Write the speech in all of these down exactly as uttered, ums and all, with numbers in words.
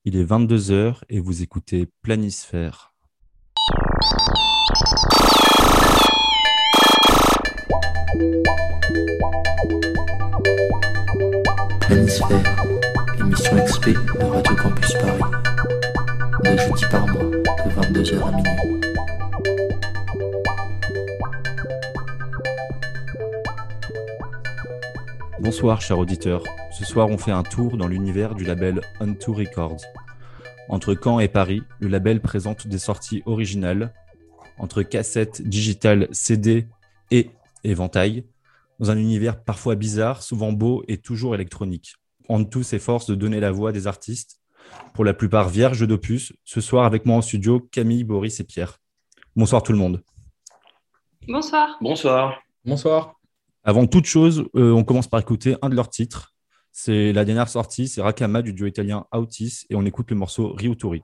Il est vingt-deux heures et vous écoutez Planisphère. Planisphère, émission X P de Radio Campus Paris. Deux jeudis par mois, de vingt-deux heures à minuit. Bonsoir, chers auditeurs. Ce soir, on fait un tour dans l'univers du label Onto Records. Entre Caen et Paris, le label présente des sorties originales, entre cassettes, digitales, C D et éventail, dans un univers parfois bizarre, souvent beau et toujours électronique. Onto s'efforce de donner la voix à des artistes, pour la plupart vierges d'opus. Ce soir, avec moi en studio, Camille, Boris et Pierre. Bonsoir tout le monde. Bonsoir. Bonsoir. Bonsoir. Avant toute chose, euh, on commence par écouter un de leurs titres. C'est la dernière sortie, c'est Rakama du duo italien Autis et on écoute le morceau Ryuturi.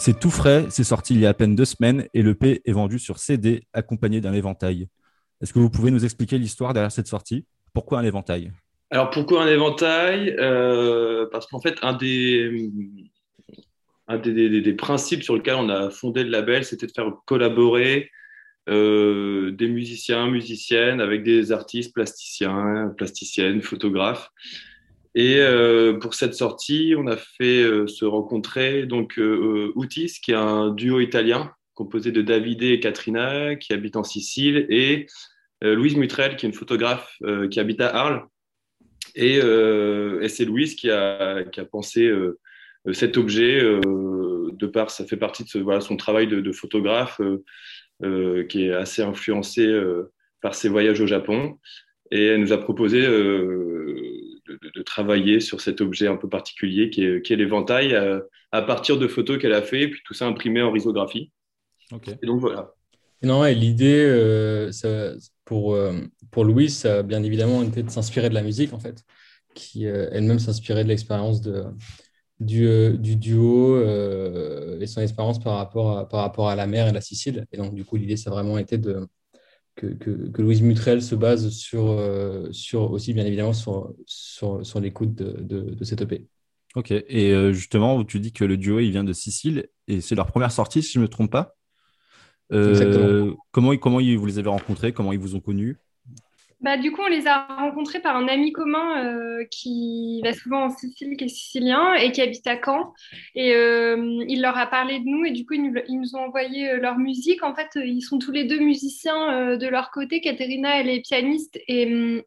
C'est tout frais, c'est sorti il y a à peine deux semaines et l'E P est vendu sur C D accompagné d'un éventail. Est-ce que vous pouvez nous expliquer l'histoire derrière cette sortie? Pourquoi un éventail? Alors pourquoi un éventail? Euh, Parce qu'en fait, un des, un des, des- des principes sur lesquels on a fondé le label, c'était de faire collaborer euh, des musiciens, musiciennes avec des artistes, plasticiens, plasticiennes, photographes. Et euh, pour cette sortie, on a fait euh, se rencontrer donc euh, Outis, qui est un duo italien composé de Davide et Katrina, qui habite en Sicile, et euh, Louise Mutrel, qui est une photographe euh, qui habite à Arles. Et, euh, et c'est Louise qui a, qui a pensé euh, cet objet, euh, de par, ça fait partie de ce, voilà, son travail de, de photographe, euh, euh, qui est assez influencé euh, par ses voyages au Japon. Et elle nous a proposé euh, de, de, de travailler sur cet objet un peu particulier qui est, qui est l'éventail à, à partir de photos qu'elle a fait, et puis tout ça imprimé en risographie. Ok. Et donc voilà. Et non, et l'idée euh, ça- pour, euh, pour Louis, ça a bien évidemment été de s'inspirer de la musique, en fait, qui euh, elle-même s'inspirait de l'expérience de, du, euh, du duo euh, et son expérience par rapport à, par rapport à la mer et la Sicile. Et donc, du coup, l'idée, ça a vraiment été de, que, que, que Louise Mutrel se base sur, euh, sur aussi, bien évidemment, sur, sur, sur l'écoute de, de, de cette E P. Ok. Et euh, justement, tu dis que le duo, il vient de Sicile et c'est leur première sortie, si je ne me trompe pas. Exactement. Euh, comment, comment ils- vous les avez rencontrés? Comment ils vous ont connus? Bah, du coup, on les a rencontrés par un ami commun euh, qui va souvent en Sicile, qui est sicilien et qui habite à Caen. Et euh, il leur a parlé de nous et du coup, ils nous, ils nous ont envoyé euh, leur musique. En fait, euh, ils sont tous les deux musiciens euh, de leur côté. Katerina, elle est pianiste et, hum,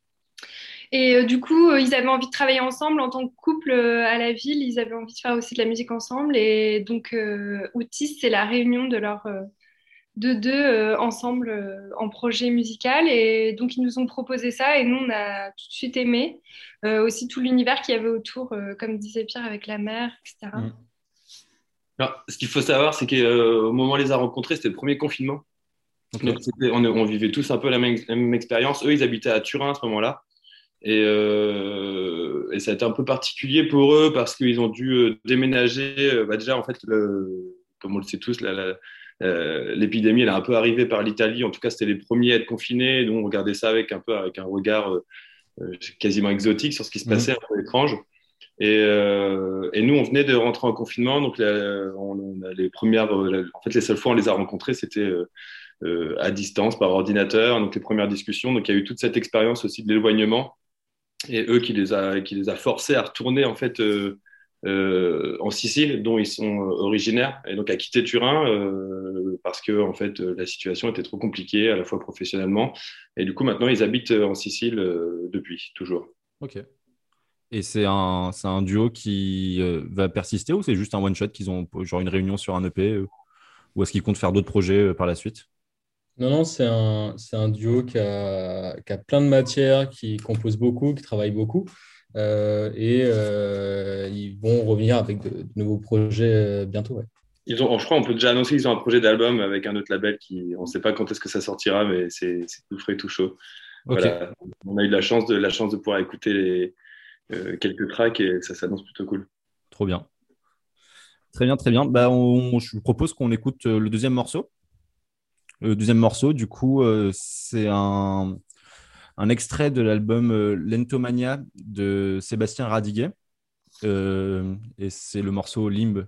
et euh, du coup, euh, ils avaient envie de travailler ensemble en tant que couple euh, à la ville. Ils avaient envie de faire aussi de la musique ensemble. Et donc, euh, Outis, c'est la réunion de leur, euh, de deux euh, ensemble euh, en projet musical. Et donc, ils nous ont proposé ça et nous, on a tout de suite aimé. Euh, aussi tout l'univers qu'il y avait autour, euh, comme disait Pierre, avec la mer, et cetera. Mm. Alors, ce qu'il faut savoir, c'est qu'au moment où on les a rencontrés, c'était le premier confinement. Ok. Donc, c'était- on, on vivait tous un peu la même, la même expérience. Eux, ils habitaient à Turin à ce moment-là. Et, euh, et ça a été un peu particulier pour eux parce qu'ils ont dû euh, déménager. Euh, bah déjà, en fait, le- comme on le sait tous, la- la- euh, l'épidémie, elle est un peu arrivée par l'Italie. En tout cas, c'était les premiers à être confinés. Donc, on regardait ça avec un peu avec un regard euh, euh, quasiment exotique sur ce qui se Mhm. passait, un peu étrange. Et, euh, et nous, on venait de rentrer en confinement. Donc, la- on, on a les premières, euh, la- en fait, les seules fois où on les a rencontrés, c'était euh, euh, à distance, par ordinateur. Donc, les premières discussions. Donc, il y a eu toute cette expérience aussi de l'éloignement et eux qui les a, qui les a forcés à retourner en fait euh, euh, en Sicile, dont ils sont euh, originaires, et donc à quitter Turin euh, parce que en fait euh, la situation était trop compliquée à la fois professionnellement, et du coup maintenant ils habitent euh, en Sicile euh, depuis toujours. Ok. Et c'est un, c'est un duo qui euh, va persister ou c'est juste un one-shot qu'ils ont, genre une réunion sur un E P euh, ou est-ce qu'ils comptent faire d'autres projets euh, par la suite? Non, non, c'est un, c'est un duo qui a, qui a plein de matières, qui compose beaucoup, qui travaille beaucoup. Euh, et euh, ils vont revenir avec de, de nouveaux projets euh, bientôt. Ouais. Ils ont, je crois, on peut déjà annoncer qu'ils ont un projet d'album avec un autre label qui, on ne sait pas quand est-ce que ça sortira, mais c'est c'est tout frais, tout chaud. Ok, Voilà, on a eu de la chance de la chance de pouvoir écouter les, euh, quelques tracks et ça s'annonce plutôt cool. trop bien. Très bien, très bien. Bah, on- je vous propose qu'on écoute euh, le deuxième morceau. Le deuxième morceau, du coup, euh, c'est un, un extrait de l'album euh, Lentomania de Sébastien Radiguet. Euh, et c'est le morceau Limbe.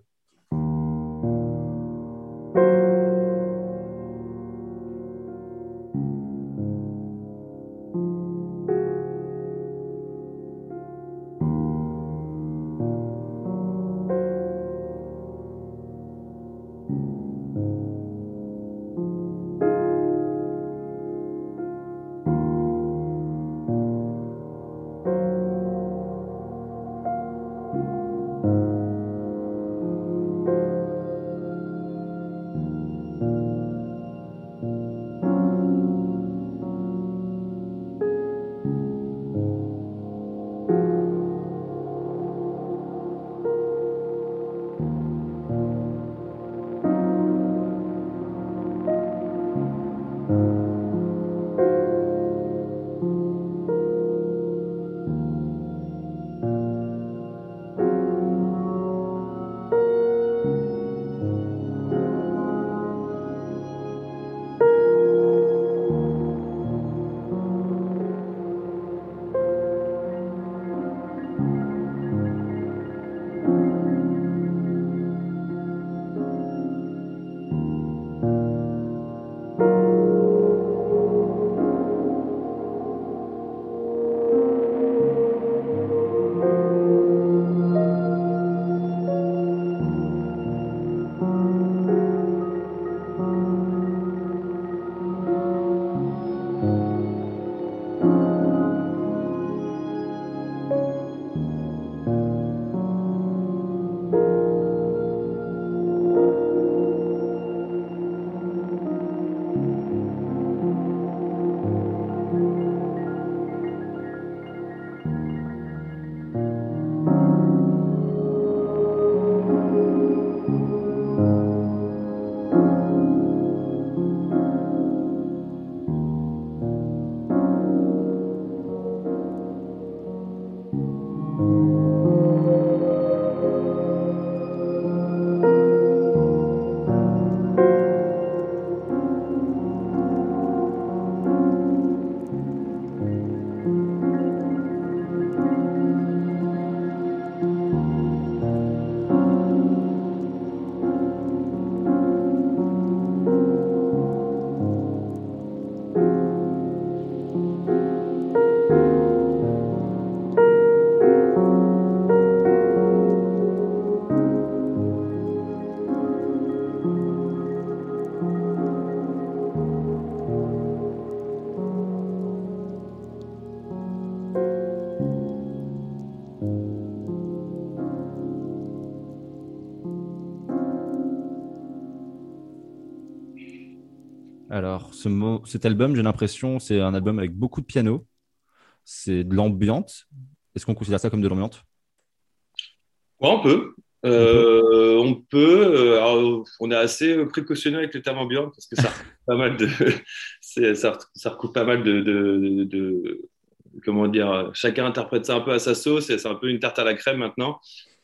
Alors, ce mot, cet album, j'ai l'impression, c'est un album avec beaucoup de piano. C'est de l'ambiante. Est-ce qu'on considère ça comme de l'ambiante? Ouais, on peut. On peut. Euh, on peut. euh, alors, on est assez précautionneux avec le terme ambiant parce que ça recoupe pas mal de, c'est- ça, ça recoupe pas mal de, de, de- de- comment dire. Chacun interprète ça un peu à sa sauce et c'est un peu une tarte à la crème maintenant.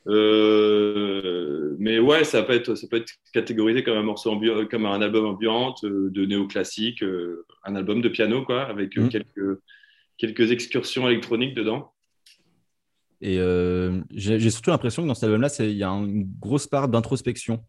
Euh, mais ouais, ça peut être, ça peut être catégorisé comme un morceau ambiant, comme un album ambiante euh, de néoclassique, euh, un album de piano quoi, avec euh, Mm. quelques quelques excursions électroniques dedans. Et euh, j'ai j'ai surtout l'impression que dans cet album-là, c'est- il y a une grosse part d'introspection.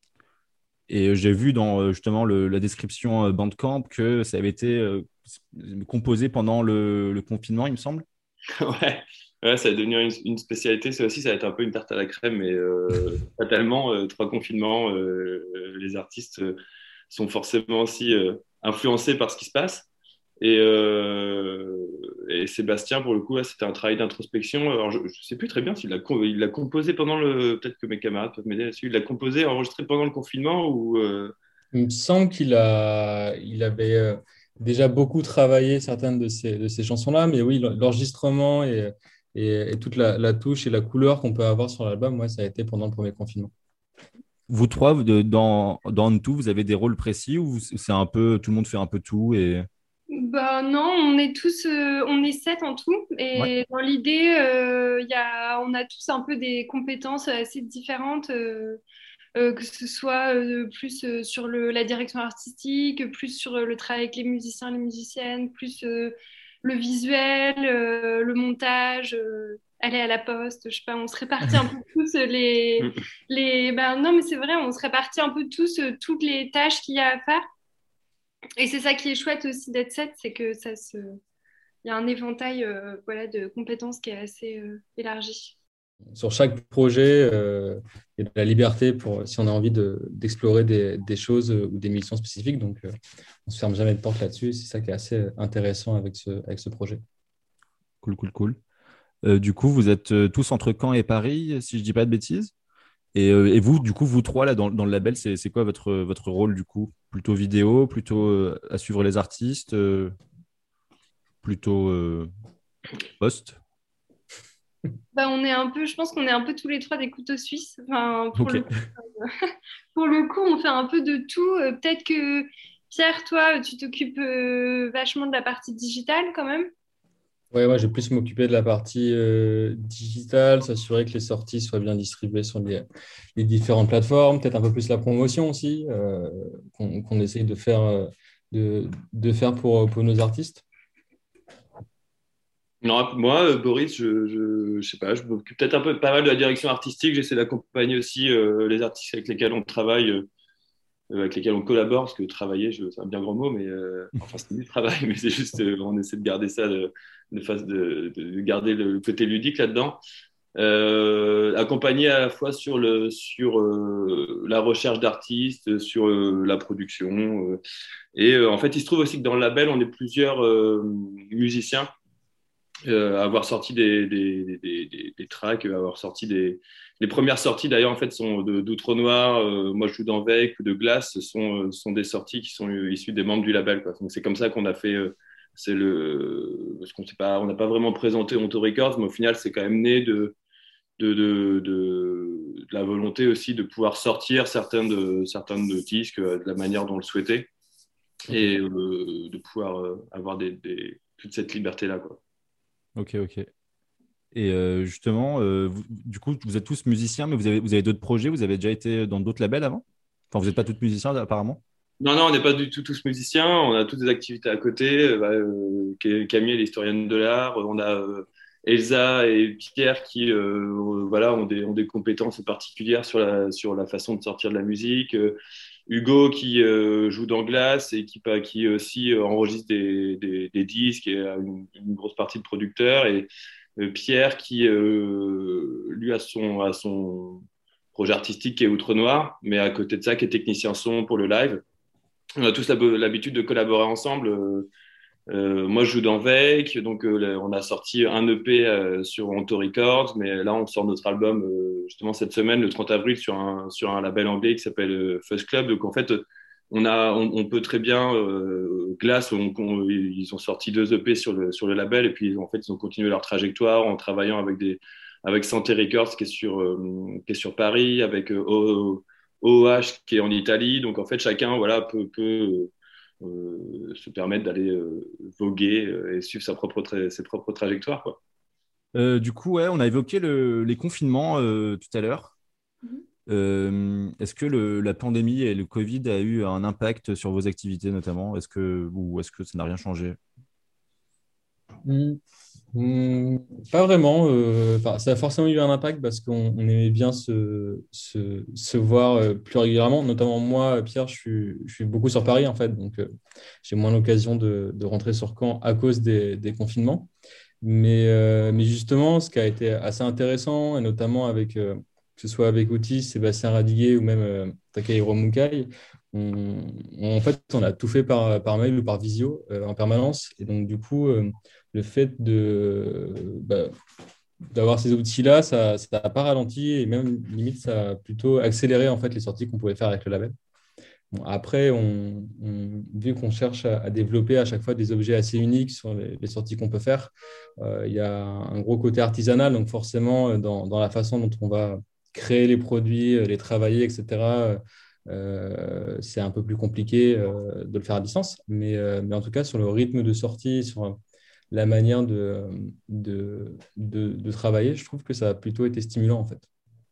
Et euh, j'ai vu dans euh, justement le- la description euh, Bandcamp que ça avait été euh, composé pendant le, le confinement, il me semble. Ouais, ouais, ça va devenir une, une spécialité. Ça aussi, ça va être un peu une tarte à la crème, mais euh, fatalement, euh, trois confinements, euh, euh, les artistes euh, sont forcément aussi euh, influencés par ce qui se passe. Et, euh, et Sébastien, pour le coup, là, c'était un travail d'introspection. Alors, je ne sais plus très bien s'il l'a com- il l'a composé pendant le. Peut-être que mes camarades peuvent m'aider là-dessus. Il l'a composé, enregistré pendant le confinement ou. euh, Il me semble qu'il a, il avait euh, déjà beaucoup travaillé certaines de ces, de ces chansons-là, mais oui, l'enregistrement et, et, et toute la, la touche et la couleur qu'on peut avoir sur l'album, ouais, ça a été pendant le premier confinement. Vous trois, vous, de- dans, dans tout, vous avez des rôles précis ou c'est un peu, tout le monde fait un peu tout et... Bah non, on est tous, euh, on est sept en tout, Ouais. et dans l'idée, euh, il y a, on a tous un peu des compétences assez différentes, euh, euh, que ce soit euh, plus euh, sur le, la direction artistique, plus sur euh, le travail avec les musiciens, les musiciennes, plus euh, le visuel, euh, le montage, euh, aller à la poste, je sais pas, on se répartit un peu tous les, les, ben non mais c'est vrai, on se répartit un peu tous euh, toutes les tâches qu'il y a à faire. Et c'est ça qui est chouette aussi d'être sept, c'est que ça se, il y a un éventail euh, voilà, de compétences qui est assez euh, élargi. Sur chaque projet, euh, il y a de la liberté pour, si on a envie de, d'explorer des, des choses euh, ou des missions spécifiques. Donc, euh, on ne se ferme jamais de porte là-dessus. Et c'est ça qui est assez intéressant avec ce, avec ce projet. Cool, cool, cool. Euh, du coup, vous êtes euh, tous entre Caen et Paris, si je dis pas de bêtises. Et, euh, et vous, du coup, vous trois, là, dans, dans le label, c'est c'est quoi votre, votre rôle, du coup? Plutôt vidéo, plutôt euh, à suivre les artistes, euh, plutôt euh, post? Bah, on est un peu, je pense qu'on est un peu tous les trois des couteaux suisses. Enfin, pour Ok. le coup, pour le coup, on fait un peu de tout. Euh, peut-être que Pierre, toi, tu t'occupes euh, vachement de la partie digitale quand même. Ouais, ouais, je vais plus m'occuper de la partie euh, digitale, s'assurer que les sorties soient bien distribuées sur les, les différentes plateformes, peut-être un peu plus la promotion aussi, euh, qu'on qu'on essaye de faire, euh, de, de faire pour, pour nos artistes. Non, moi, euh, Boris, je, je, je sais pas, je m'occupe peut-être un peu pas mal de la direction artistique. J'essaie d'accompagner aussi euh, les artistes avec lesquels on travaille, euh, avec lesquels on collabore, parce que travailler, je- c'est un bien grand mot, mais euh, enfin, c'est du travail, mais c'est juste, euh, on essaie de garder ça, de, de, face de, de garder le côté ludique là-dedans. Euh, accompagner à la fois sur, le, sur euh, la recherche d'artistes, sur euh, la production. Euh, et euh, en fait, il se trouve aussi que dans le label, on est plusieurs euh, musiciens euh, avoir sorti des, des, des, des, des tracks, avoir sorti des. Les premières sorties d'ailleurs en fait sont de- d'Outre-Noir, euh, moi je joue dans Veik ou de Glace, ce sont, euh, sont des sorties qui sont euh, issues des membres du label, quoi. Donc c'est comme ça qu'on a fait, euh, c'est le, parce qu'on sait pas, on n'a pas vraiment présenté Onto Records, mais au final c'est quand même né de, de, de, de, de la volonté aussi de pouvoir sortir certains de, certains de disques euh, de la manière dont on le souhaitait Ok, et euh, de pouvoir euh, avoir des, des, toute cette liberté-là, quoi. ok, ok. Et euh, justement, euh, vous- du coup, vous êtes tous musiciens, mais vous avez, vous avez d'autres projets, vous avez déjà été dans d'autres labels avant? Enfin, vous n'êtes pas tous musiciens, apparemment? Non, non, on n'est pas du tout tous musiciens. On a toutes des activités à côté. Euh, bah, euh, Ca- Camille, elle est historienne de l'art. On a euh, Elsa et Pierre qui euh, voilà, ont des, ont des compétences particulières sur la, sur la façon de sortir de la musique. Euh, Hugo qui euh, joue dans Glace et qui, pa- qui aussi euh, enregistre des, des, des disques et a une, une grosse partie de producteur. Et euh, Pierre qui, euh, lui, a son, a son projet artistique qui est Outre-Noir, mais à côté de ça, qui est technicien son pour le live. On a tous l'habitude de collaborer ensemble. Euh, euh, moi, je joue dans Veik, donc euh, on a sorti un E P euh, sur Onto Records, mais là, on sort notre album euh, justement cette semaine, le trente avril, sur un, sur un label anglais qui s'appelle euh, Fuzz Club. Donc, en fait, on, a, on, on peut très bien, euh, Glass, on, on, ils ont sorti deux E P sur le, sur le label et puis en fait, ils ont continué leur trajectoire en travaillant avec, des, avec Santé Records qui est sur, euh, qui est sur Paris, avec euh, O H qui est en Italie. Donc en fait, chacun voilà, peut, peut euh, se permettre d'aller euh, voguer euh, et suivre sa propre tra- ses propres trajectoires, quoi. Euh, du coup, ouais, on a évoqué le- les confinements euh, tout à l'heure. Mhm. Euh, est-ce que le- la pandémie et le Covid a eu un impact sur vos activités notamment? Est-ce que, ou est-ce que ça n'a rien changé? Hmm. Hmm, pas vraiment. euh, Enfin, ça a forcément eu un impact parce qu'on on aimait bien se, se, se voir euh, plus régulièrement. Notamment moi, Pierre, je suis, je suis beaucoup sur Paris en fait, donc euh, j'ai moins l'occasion de, de rentrer sur Caen à cause des, des confinements. Mais, euh, mais justement, ce qui a été assez intéressant, et notamment avec, euh, que ce soit avec Otis, Sébastien Radiguet ou même euh, Takahiro Mukai, on, on- en fait, on a tout fait par, par mail ou par visio euh, en permanence. Et donc, du coup, euh, le fait de, bah, d'avoir ces outils-là, ça n'a pas ralenti et même limite, ça a plutôt accéléré en fait, les sorties qu'on pouvait faire avec le label. Bon, après, on, on- vu qu'on cherche à, à développer à chaque fois des objets assez uniques sur les, les sorties qu'on peut faire, euh, il y a un gros côté artisanal. Donc forcément, euh, dans, dans la façon dont on va créer les produits, euh, les travailler, et cetera, euh, c'est un peu plus compliqué euh, de le faire à distance. Mais, euh, mais en tout cas, sur le rythme de sortie, sur la manière de, de, de, de travailler, je trouve que ça a plutôt été stimulant en fait.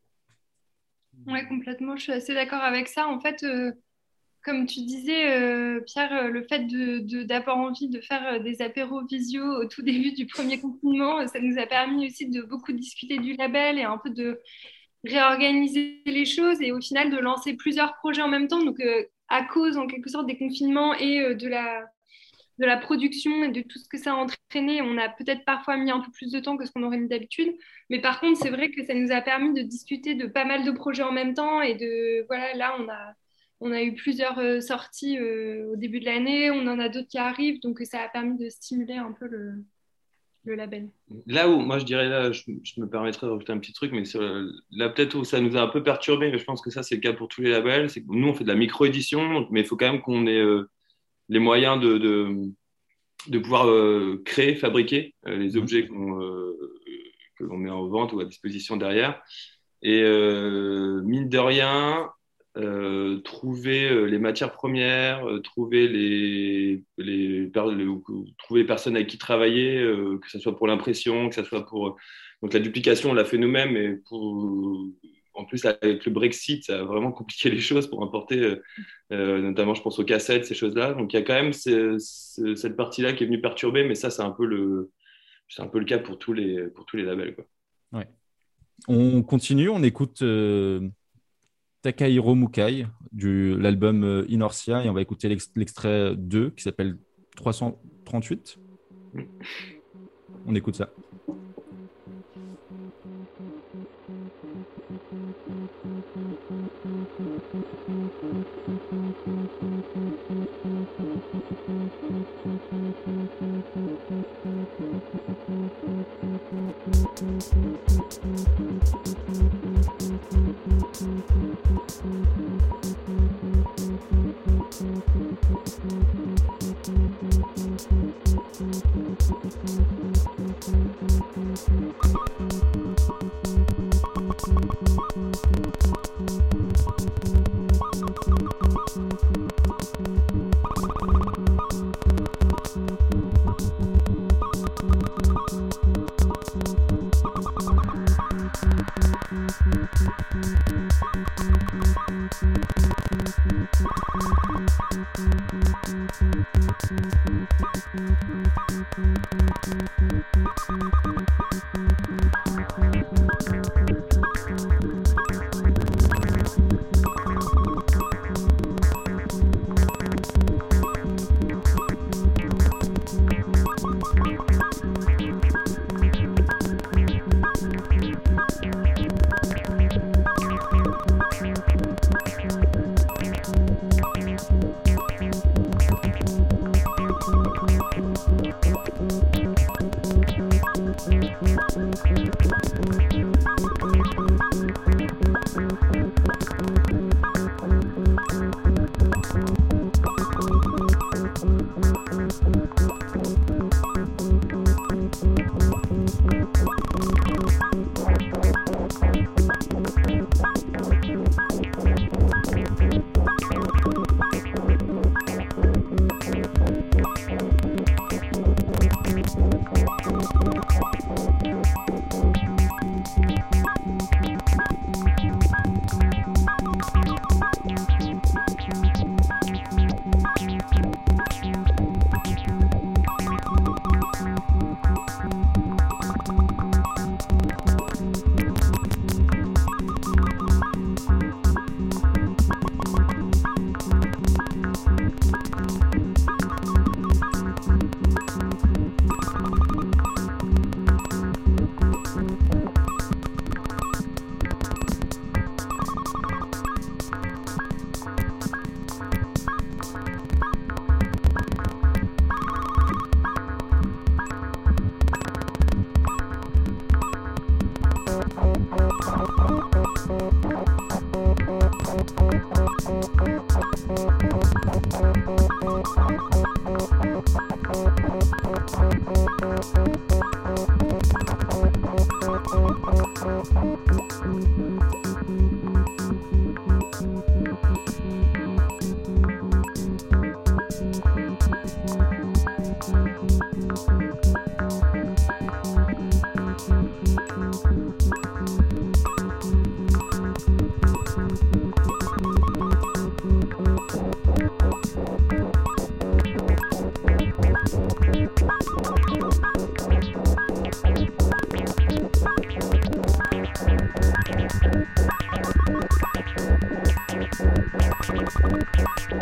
Ouais, complètement. Je suis assez d'accord avec ça. En fait, euh, comme tu disais, euh, Pierre, euh, le fait de, de- d'avoir envie de faire euh, des apéros visio au tout début du premier confinement, euh, ça nous a permis aussi de beaucoup discuter du label et un peu de réorganiser les choses et au final de lancer plusieurs projets en même temps. Donc, euh, à cause en quelque sorte des confinements et euh, de la, de la production et de tout ce que ça a entraîné, on a peut-être parfois mis un peu plus de temps que ce qu'on aurait mis d'habitude. Mais par contre, c'est vrai que ça nous a permis de discuter de pas mal de projets en même temps. Et de, voilà, là, on a, on a eu plusieurs euh, sorties euh, au début de l'année. On en a d'autres qui arrivent. Donc, ça a permis de stimuler un peu le, le label. Là où, moi, je dirais, là, je, je me permettrais de rajouter un petit truc, mais sur, là, peut-être où ça nous a un peu perturbé, mais je pense que ça, c'est le cas pour tous les labels, c'est que nous, on fait de la micro-édition, mais il faut quand même qu'on ait euh, les moyens de, de, de pouvoir euh, créer, fabriquer euh, les objets qu'on, euh, que l'on met en vente ou à disposition derrière. Et euh, mine de rien, euh, trouver euh, les matières premières, euh, trouver les, les, per- les- trouver les personnes avec qui travailler, euh, que ce soit pour l'impression, que ce soit pour... Donc la duplication, on l'a fait nous-mêmes, et pour... en plus, avec le Brexit, ça a vraiment compliqué les choses pour importer, euh, euh, notamment, je pense aux cassettes, ces choses-là. Donc il y a quand même ce- ce- cette partie-là qui est venue perturber, mais ça, c'est un peu le, c'est un peu le cas pour tous les, pour tous les labels, quoi. Ouais. On continue, on écoute euh, Takahiro Mukai de l'album euh, Inorsia et on va écouter l'ex- l'extrait deux qui s'appelle trois cent trente-huit. On écoute ça.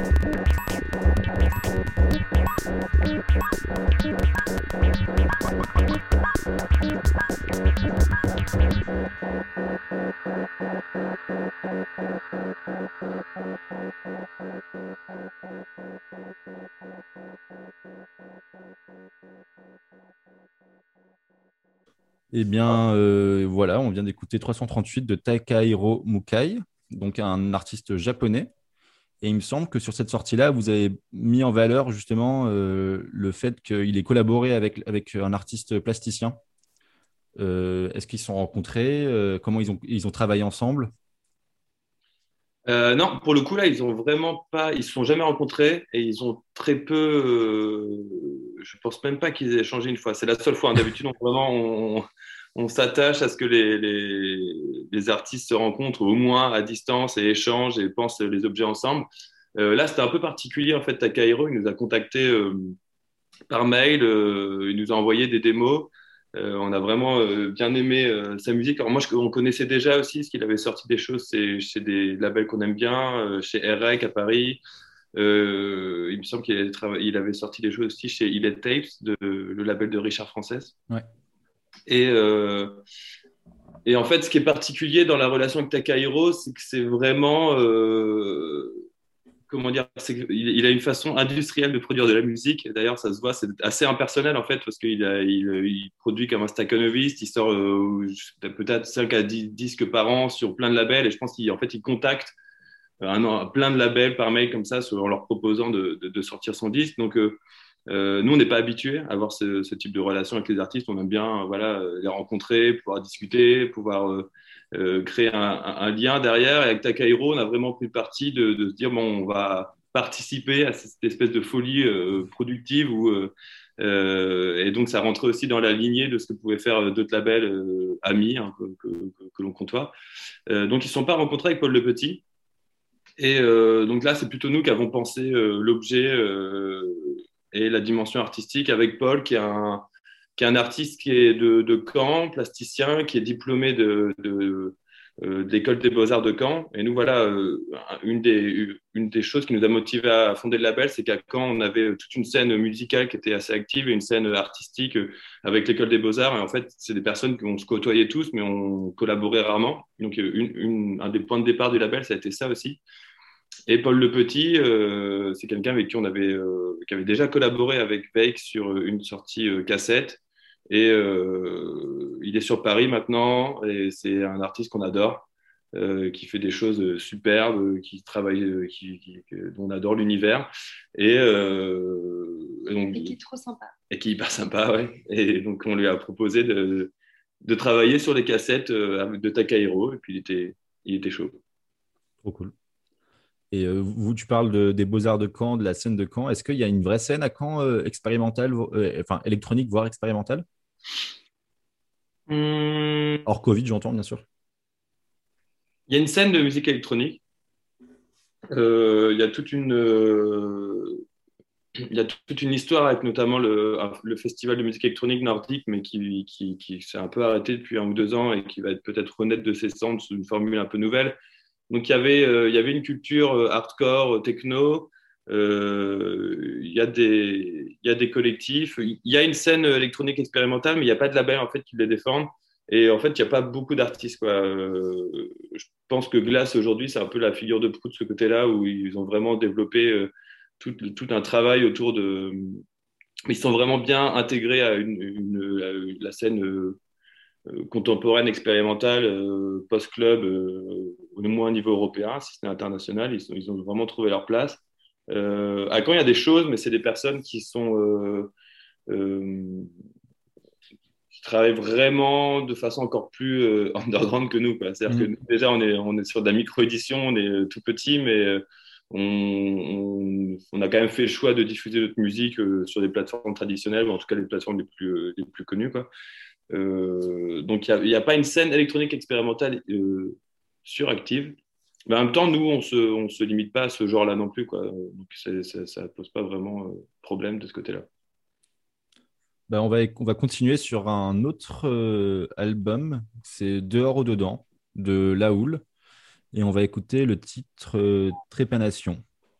Eh bien, euh, voilà, on vient d'écouter trois cent trente-huit de Takahiro Mukai, donc un artiste japonais. Et il me semble que sur cette sortie-là, vous avez mis en valeur justement euh, le fait qu'il ait collaboré avec, avec un artiste plasticien. Euh, est-ce qu'ils se sont rencontrés? Euh, comment ils ont, ils ont travaillé ensemble? Euh, non, pour le coup, là, ils ont vraiment pas, ils se sont jamais rencontrés et ils ont très peu. Euh, je pense même pas qu'ils aient échangé une fois. C'est la seule fois. Hein. D'habitude, on, vraiment, on, on s'attache à ce que les, les, les artistes se rencontrent au moins à distance et échangent et pensent les objets ensemble. Euh, là, c'était un peu particulier en fait. Takahiro, il nous a contactés euh, par mail, euh, il nous a envoyé des démos. Euh, on a vraiment euh, bien aimé euh, sa musique. Alors moi, je, on connaissait déjà aussi ce qu'il avait sorti des choses c'est, chez des labels qu'on aime bien, euh, chez R E C à Paris. Euh, il me semble qu'il avait, trava- il avait sorti des choses aussi chez Illet Tapes, de, le label de Richard Frances. Ouais. Et, euh, et en fait, ce qui est particulier dans la relation avec Takahiro, c'est que c'est vraiment... Euh, comment dire, c'est qu'il il a une façon industrielle de produire de la musique. D'ailleurs, ça se voit, c'est assez impersonnel en fait, parce qu'il a, il, il produit comme un staccanoviste, il sort euh, peut-être cinq à dix disques par an sur plein de labels, et je pense qu'il en fait, il contacte un, un- plein de labels par mail comme ça, en leur proposant de, de, de sortir son disque. Donc, euh, euh, nous, on n'est pas habitués à avoir ce, ce type de relation avec les artistes. On aime bien voilà, les rencontrer, pouvoir discuter, pouvoir euh, euh, créer un, un, un lien derrière. Et avec Takahiro, on a vraiment pris le parti de, de se dire bon, on va participer à cette espèce de folie euh, productive où, euh, euh, et donc ça rentrait aussi dans la lignée de ce que pouvaient faire d'autres labels euh, amis hein, que, que, que, que l'on côtoie. Euh, donc ils ne se sont pas rencontrés avec Paul Le Petit. Et euh, donc là, c'est plutôt nous qui avons pensé euh, l'objet euh, et la dimension artistique avec Paul, qui est un, qui est un artiste qui est de, de Caen, plasticien, qui est diplômé de, de, euh, de l'école des beaux-arts de Caen. Et nous, voilà, euh, une, des, une des choses qui nous a motivés à fonder le label, c'est qu'à Caen, on avait toute une scène musicale qui était assez active et une scène artistique euh, avec l'école des beaux-arts. Et en fait, c'est des personnes qu'on se côtoyait tous, mais on collaborait rarement. Donc, une, une, un des points de départ du label, ça a été ça aussi. Et Paul Le Petit, euh, c'est quelqu'un avec qui on avait, euh, qui avait déjà collaboré avec Veik sur une sortie euh, cassette. Et euh, il est sur Paris maintenant. Et c'est un artiste qu'on adore, euh, qui fait des choses superbes, qui travaille, euh, qui, qui, dont on adore l'univers. Et, euh, et, donc, et qui est trop sympa. Et qui est hyper sympa, ouais. Et donc, on lui a proposé de, de travailler sur les cassettes euh, de Takahiro. Et puis, il était, il était chaud. Trop cool. Et euh, vous, tu parles de, des Beaux-Arts de Caen, de la scène de Caen. Est-ce qu'il y a une vraie scène à Caen euh, expérimentale, euh, enfin électronique, voire expérimentale? Hum, Hors Covid, j'entends, bien sûr. Il y a une scène de musique électronique. Euh, il y a toute une, euh, il y a toute une histoire avec notamment le, le festival de musique électronique nordique, mais qui, qui, qui s'est un peu arrêté depuis un ou deux ans et qui va être peut-être renaître de ses cendres sous une formule un peu nouvelle. Donc il y avait, euh, il y avait une culture euh, hardcore, techno. Euh, il y a des, il y a des collectifs. Il y a une scène électronique expérimentale, mais il n'y a pas de label en fait qui les défendent. Et en fait, il n'y a pas beaucoup d'artistes, quoi. Euh, je pense que Glass aujourd'hui, c'est un peu la figure de proue de ce côté-là, où ils ont vraiment développé euh, tout, tout un travail autour de. Ils sont vraiment bien intégrés à, une, une, à la scène euh, contemporaine, expérimentale, euh, post-club, euh, au moins au niveau européen, si ce n'est international. Ils, sont, ils ont vraiment trouvé leur place. Euh, à Caen, il y a des choses, mais c'est des personnes qui sont. Euh, euh, qui travaillent vraiment de façon encore plus euh, underground que nous, quoi. C'est-à-dire Mmh. que nous, déjà, on est, on est sur de la micro-édition, on est tout petit, mais euh, on, on, on, a quand même fait le choix de diffuser notre musique euh, sur des plateformes traditionnelles, ou en tout cas les plateformes les plus, euh, les plus connues, quoi. Euh, donc, il n'y a, a pas une scène électronique expérimentale euh, suractive. Mais en même temps, nous, on ne se, on se limite pas à ce genre-là non plus, quoi. Donc, c'est, c'est, ça ne pose pas vraiment euh, problème de ce côté-là. Ben, on va, on va continuer sur un autre euh, album. C'est Dehors au dedans de Laoul. Et on va écouter le titre euh, Trépanation.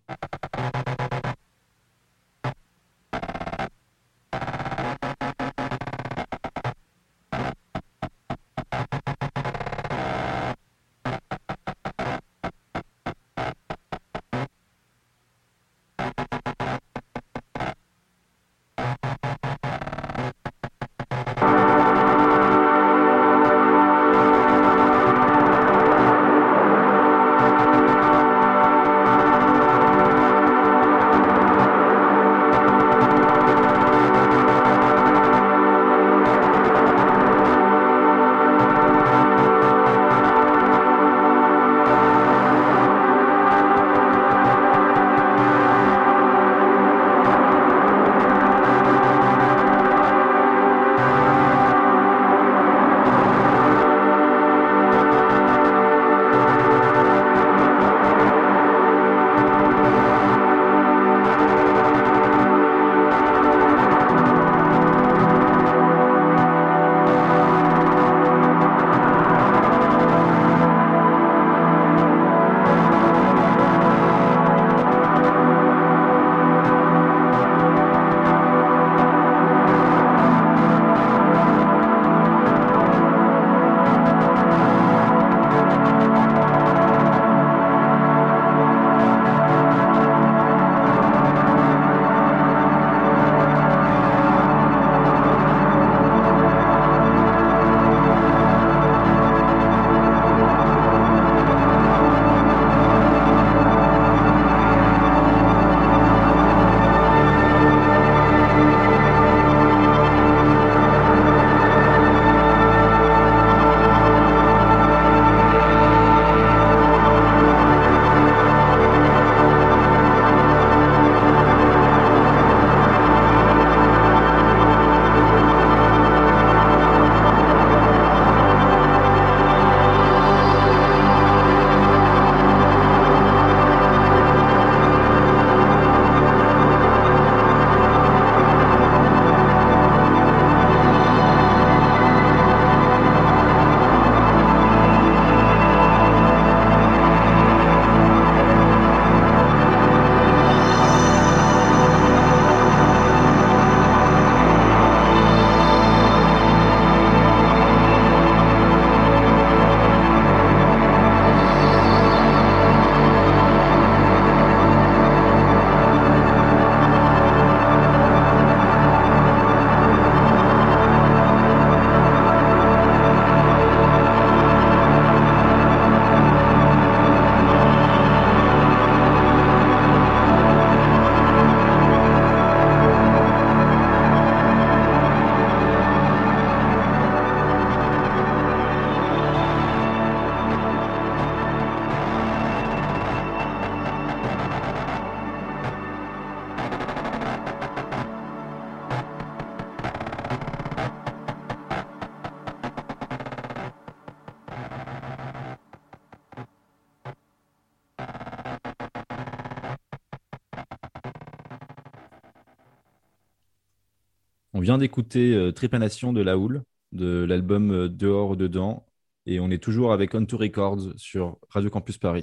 On vient d'écouter euh, Trépanation de La Houle, de l'album euh, Dehors Dedans, et on est toujours avec On To Records sur Radio Campus Paris.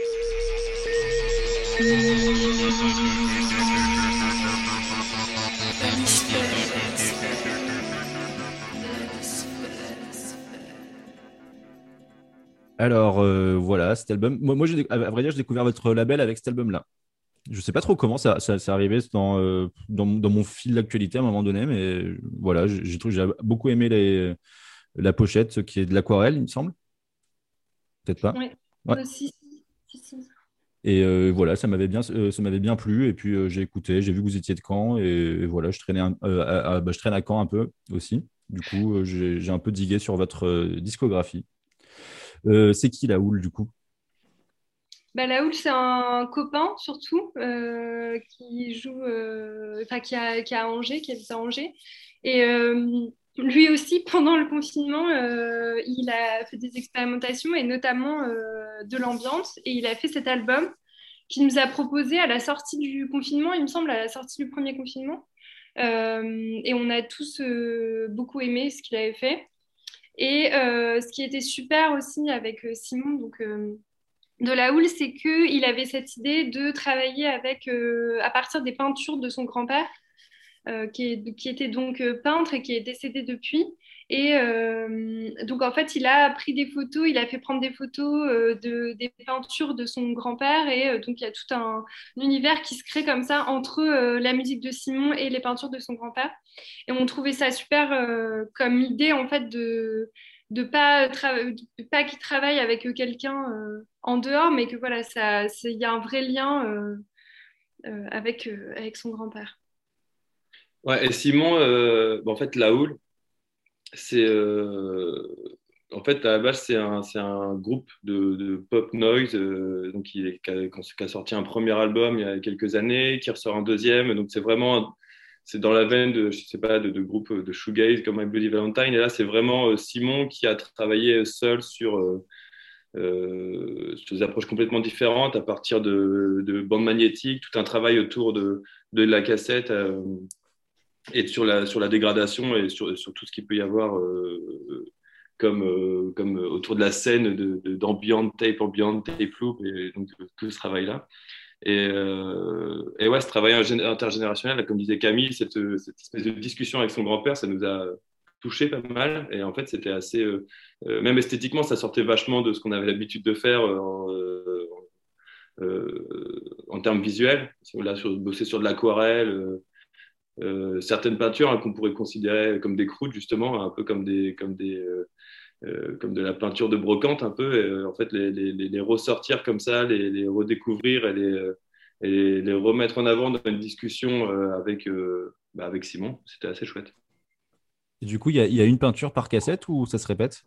Alors euh, voilà, cet album. Moi, moi j'ai, à vrai dire, j'ai découvert votre label avec cet album-là. Je sais pas trop comment ça, ça, ça arrivé dans, euh, dans, dans mon fil d'actualité à un moment donné, mais voilà, j'ai, j'ai trouvé- j'ai beaucoup aimé les, la pochette qui est de l'aquarelle, il me semble. Peut-être pas. Oui, Ouais. aussi. Si, si. Et euh, voilà, ça m'avait bien, euh, ça m'avait bien plu. Et puis euh, j'ai écouté, j'ai vu que vous étiez de Caen, et, et voilà, je traînais, un- euh, à- à- bah, je traîne à Caen un peu aussi. Du coup, euh, j'ai, j'ai un peu digué sur votre euh, discographie. Euh, c'est qui la houle du coup? Bah, Laoul, c'est un copain surtout euh, qui joue, euh, enfin qui a, qui a à Angers, qui habite à Angers. Et euh, lui aussi, pendant le confinement, euh, il a fait des expérimentations et notamment euh, de l'ambiance. Et il a fait cet album qu'il nous a proposé à la sortie du confinement, il me semble, à la sortie du premier confinement. Euh, et on a tous euh, beaucoup aimé ce qu'il avait fait. Et euh, ce qui était super aussi avec euh, Simon, donc. Euh, de la houle, c'est qu'il avait cette idée de travailler avec, euh, à partir des peintures de son grand-père, euh, qui, est- qui était donc euh, peintre et qui est décédé depuis. Et euh, donc, en fait, il a pris des photos, il a fait prendre des photos euh, de, des peintures de son grand-père. Et euh, donc, il y a tout un, univers qui se crée comme ça entre euh, la musique de Simon et les peintures de son grand-père. Et on trouvait ça super euh, comme idée, en fait, de de pas tra- de pas qu'il travaille avec euh, quelqu'un euh, en dehors, mais que voilà, ça, c'est- il y a un vrai lien euh, euh, avec, euh, avec son grand-père. Ouais, et Simon, euh, bah, en fait, la houle, c'est euh, en fait à la base c'est un, c'est un groupe de, de pop noise euh, donc qui, est- qui a, qui a sorti un premier album il y a quelques années, qui ressort un deuxième. Donc c'est vraiment un- c'est dans la veine de je sais pas de, de groupes de shoegaze comme My Bloody Valentine. Et là c'est vraiment euh, Simon qui a travaillé seul sur euh, euh, sur des approches complètement différentes à partir de, de bandes magnétiques, tout un travail autour de, de la cassette. Euh, et sur la, sur la dégradation et sur, sur tout ce qu'il peut y avoir euh, comme, euh, comme autour de la scène de, de, d'ambient tape, ambient tape loop, et donc tout ce travail-là. Et, euh, et ouais, ce travail intergénérationnel, comme disait Camille, cette, cette espèce de discussion avec son grand-père, ça nous a touché pas mal. Et en fait, c'était assez, euh, euh, même esthétiquement, ça sortait vachement de ce qu'on avait l'habitude de faire euh, en, euh, euh, en termes visuels. Là, sur, bosser sur de l'aquarelle. Euh, euh, certaines peintures hein, qu'on pourrait considérer comme des croûtes justement, un peu comme des comme des euh, euh, comme de la peinture de brocante un peu. Et, euh, en fait, les, les, les, ressortir comme ça, les, les redécouvrir et les, euh, et les remettre en avant dans une discussion euh, avec euh, bah, avec Simon, c'était assez chouette. Et du coup, il y a, il y a une peinture par cassette ou ça se répète?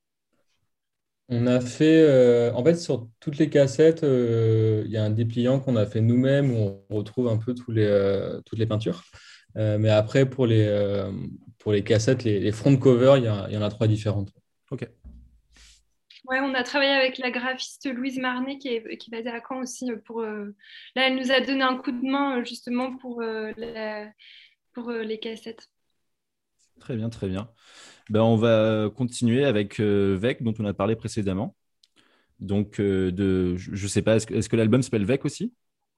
On a fait, euh, en fait, sur toutes les cassettes, euh, il y a un dépliant qu'on a fait nous-mêmes où on retrouve un peu tous les, euh, toutes les peintures. Euh, mais après, pour les, euh, pour les cassettes, les, les front cover, il y, a- il y en a trois différentes. Ok. Ouais, on a travaillé avec la graphiste Louise Marnet qui est, qui est basée à Caen aussi. euh, Pour, euh, là, elle nous a donné un coup de main euh, justement pour, euh, la- pour euh, les cassettes. Très bien, très bien. Ben, on va continuer avec euh, Vec, dont on a parlé précédemment. Donc, euh, de, je ne sais pas, est-ce que, est-ce que l'album s'appelle Vec aussi?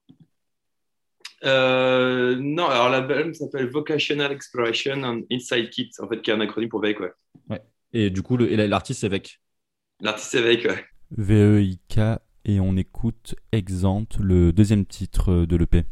Euh, non, alors l'album s'appelle Vocational Exploration and Inside Kit, en fait, qui est un acronyme pour V E I C, ouais. Ouais. Et du coup, le, et l'artiste, c'est Vec. L'artiste c'est V E I C, ouais. V E I K, et on écoute Exempt, le deuxième titre de l'E P.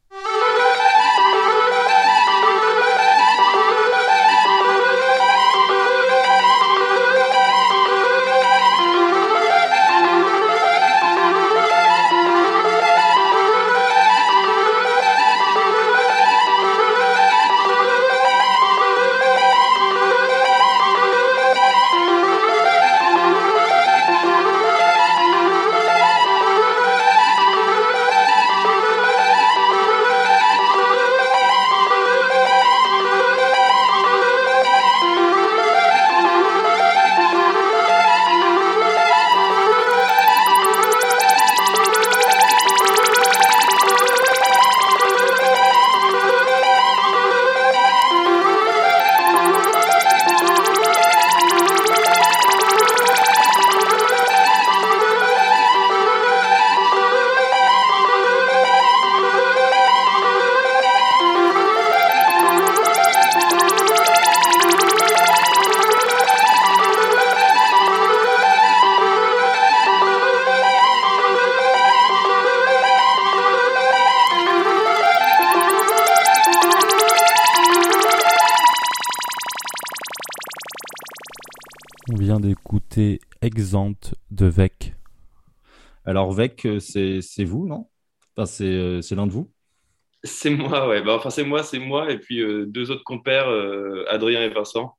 On vient d'écouter Exempt de Vec. Alors, Vec, euh, c'est c'est vous, non? Enfin, c'est euh, c'est l'un de vous? C'est moi, ouais. Bah, enfin, c'est moi, c'est moi, et puis euh, deux autres compères, euh, Adrien et Vincent.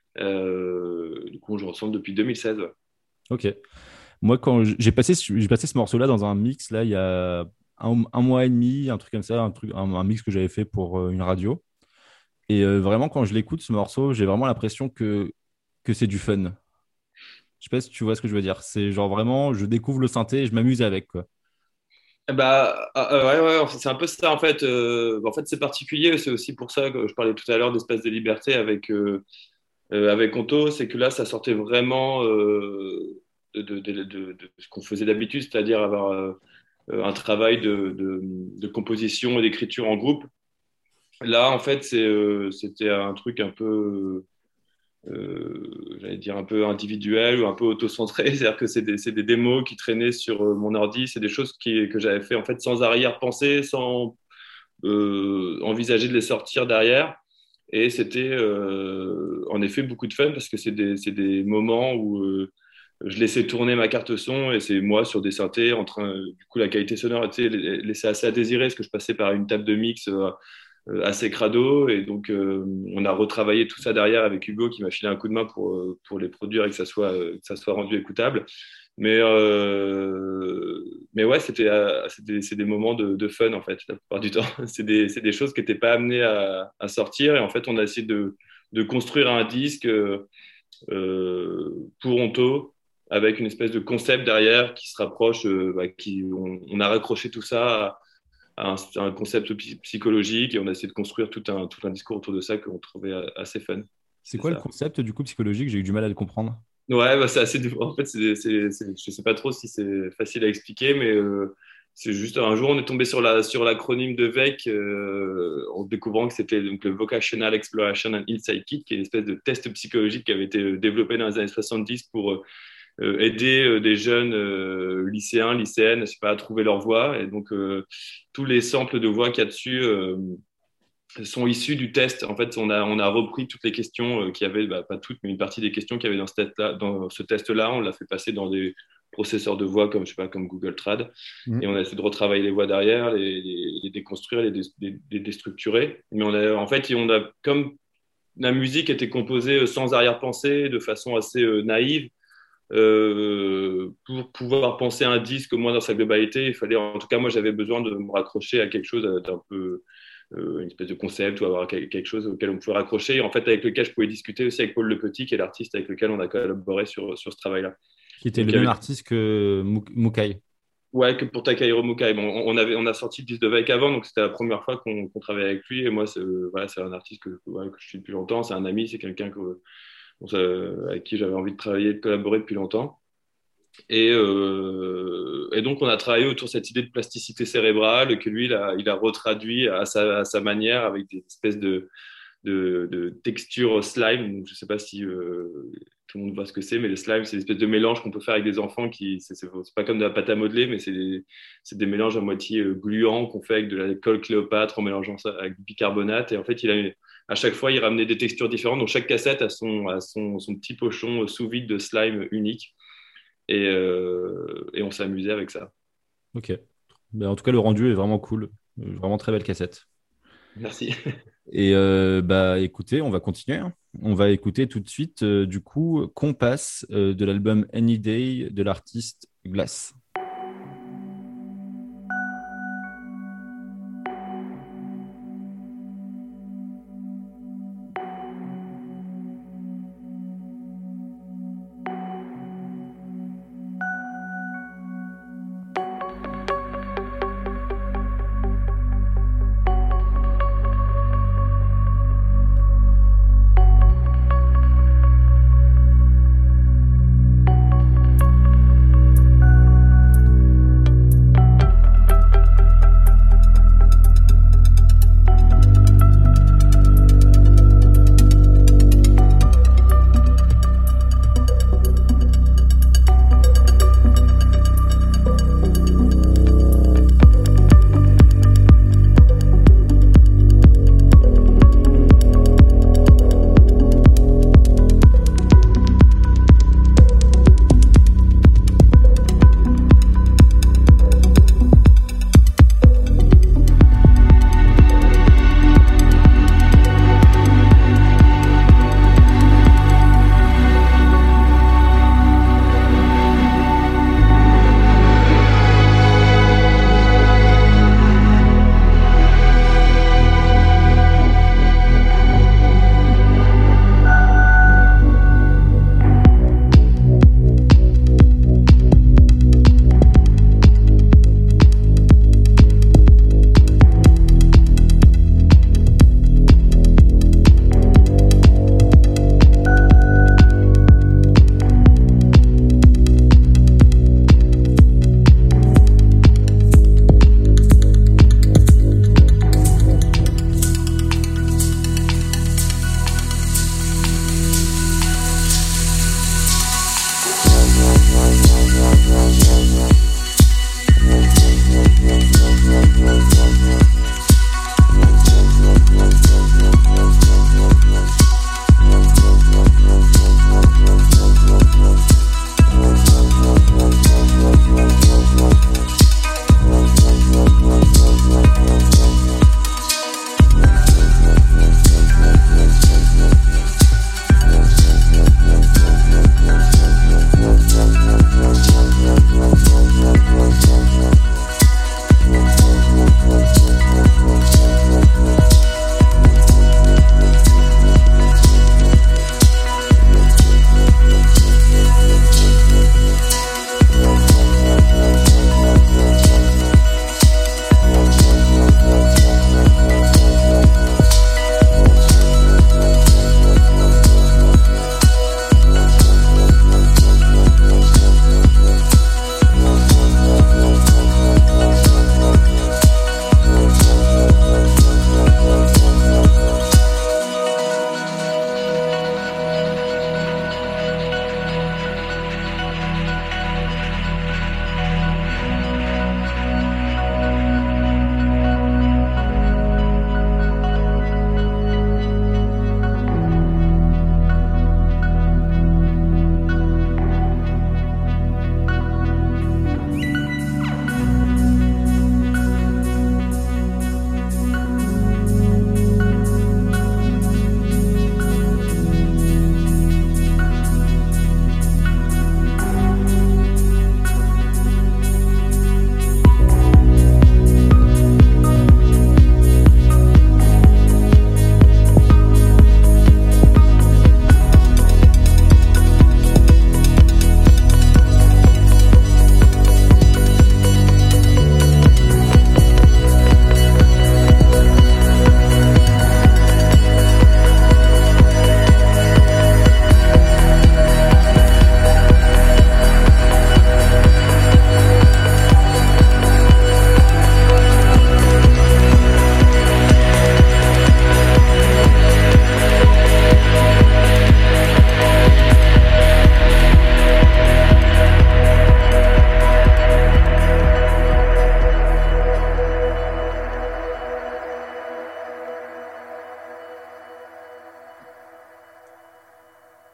Euh, du coup, je ressemble depuis deux mille seize. Ouais. Ok. Moi, quand j- j'ai passé, ce- j'ai passé ce morceau-là dans un mix, là, il y a un, un mois et demi, un truc comme ça, un, truc, un, un mix que j'avais fait pour euh, une radio. Et euh, vraiment, quand je l'écoute, ce morceau, j'ai vraiment l'impression que, que c'est du fun. Je sais pas si tu vois ce que je veux dire. C'est genre vraiment, je découvre le synthé et je m'amuse avec, quoi. Eh Bah, ah, ah, ouais, ouais, c'est un peu ça en fait. Euh, en fait, c'est particulier. C'est aussi pour ça que je parlais tout à l'heure d'espace de liberté avec euh, euh, avec Onto, c'est que là, ça sortait vraiment. Euh, de, de, de, de, de ce qu'on faisait d'habitude, c'est-à-dire avoir euh, un travail de, de, de composition et d'écriture en groupe. Là, en fait, c'est, euh, c'était un truc un peu, euh, j'allais dire, un peu individuel ou un peu auto-centré. C'est-à-dire que c'est des, c'est des démos qui traînaient sur euh, mon ordi. C'est des choses qui, que j'avais fait en fait sans arrière-pensée, sans euh, envisager de les sortir derrière. Et c'était euh, en effet beaucoup de fun parce que c'est des, c'est des moments où euh, je laissais tourner ma carte son et c'est moi sur des synthés en train, du coup la qualité sonore tu sais, laissait assez à désirer parce que je passais par une table de mix euh, assez crado et donc euh, on a retravaillé tout ça derrière avec Hugo qui m'a filé un coup de main pour, pour les produire et que ça soit, que ça soit rendu écoutable. Mais, euh, mais ouais, c'était, c'est, des, c'est des moments de, de fun en fait, la plupart du temps. C'est des, c'est des choses qui n'étaient pas amenées à, à sortir et en fait, on a essayé de, de construire un disque euh, pour Onto avec une espèce de concept derrière qui se rapproche, euh, bah, qui, on, on a raccroché tout ça à, à, un, à un concept psychologique et on a essayé de construire tout un, tout un discours autour de ça qu'on trouvait assez fun. C'est, c'est quoi ça. Le concept du coup psychologique? J'ai eu du mal à le comprendre. Ouais, bah, c'est assez. En fait, c'est, c'est, c'est, je sais pas trop si c'est facile à expliquer, mais euh, c'est juste un jour on est tombé sur la sur l'acronyme de V E C euh, en découvrant que c'était donc le Vocational Exploration and Insight Kit, qui est une espèce de test psychologique qui avait été développé dans les années soixante-dix pour euh, aider euh, des jeunes euh, lycéens, lycéennes, je sais pas, à trouver leur voie. Et donc euh, tous les samples de voix qu'il y a dessus. Euh, sont issus du test. En fait, on a, on a repris toutes les questions euh, qu'il y avait, bah, pas toutes, mais une partie des questions qu'il y avait dans ce test-là. Dans ce test-là, on l'a fait passer dans des processeurs de voix comme, je sais pas, comme Google Trad. Mmh. Et on a essayé de retravailler les voix derrière, les, les, les déconstruire, les, les, les déstructurer. Mais on a, en fait, on a, comme la musique était composée sans arrière-pensée, de façon assez euh, naïve, euh, pour pouvoir penser à un disque, au moins dans sa globalité, il fallait, en tout cas, moi, j'avais besoin de me raccrocher à quelque chose d'un peu... Euh, une espèce de concept ou avoir quelque chose auquel on pouvait raccrocher et en fait avec lequel je pouvais discuter aussi avec Paul Le Petit qui est l'artiste avec lequel on a collaboré sur, sur ce travail-là. Qui était donc, le même avait... artiste que Mukai. Ouais, que pour Takahiro Mukai. Bon, on, avait, on a sorti le disque de V E C avant, donc c'était la première fois qu'on, qu'on travaillait avec lui et moi c'est, euh, voilà, c'est un artiste que, ouais, que je suis depuis longtemps, c'est un ami, c'est quelqu'un que, bon, ça, avec qui j'avais envie de travailler, de collaborer depuis longtemps. Et, euh, et donc, on a travaillé autour de cette idée de plasticité cérébrale que lui, il a, il a retraduit à sa, à sa manière avec des espèces de, de, de textures slime. Je ne sais pas si euh, tout le monde voit ce que c'est, mais le slime, c'est une espèce de mélange qu'on peut faire avec des enfants. Qui, c'est, c'est, c'est pas comme de la pâte à modeler, mais c'est des, c'est des mélanges à moitié gluants qu'on fait avec de la colle Cléopâtre en mélangeant ça avec du bicarbonate. Et en fait, il a une, à chaque fois, il ramenait des textures différentes. Donc, chaque cassette a son, a son, son petit pochon sous vide de slime unique. Et, euh, et on s'est amusé avec ça. Ok. Ben, en tout cas, le rendu est vraiment cool. Vraiment très belle cassette. Merci. Et euh, bah, écoutez, on va continuer. Hein. On va écouter tout de suite, euh, du coup, Compass euh, de l'album Any Day de l'artiste Glass.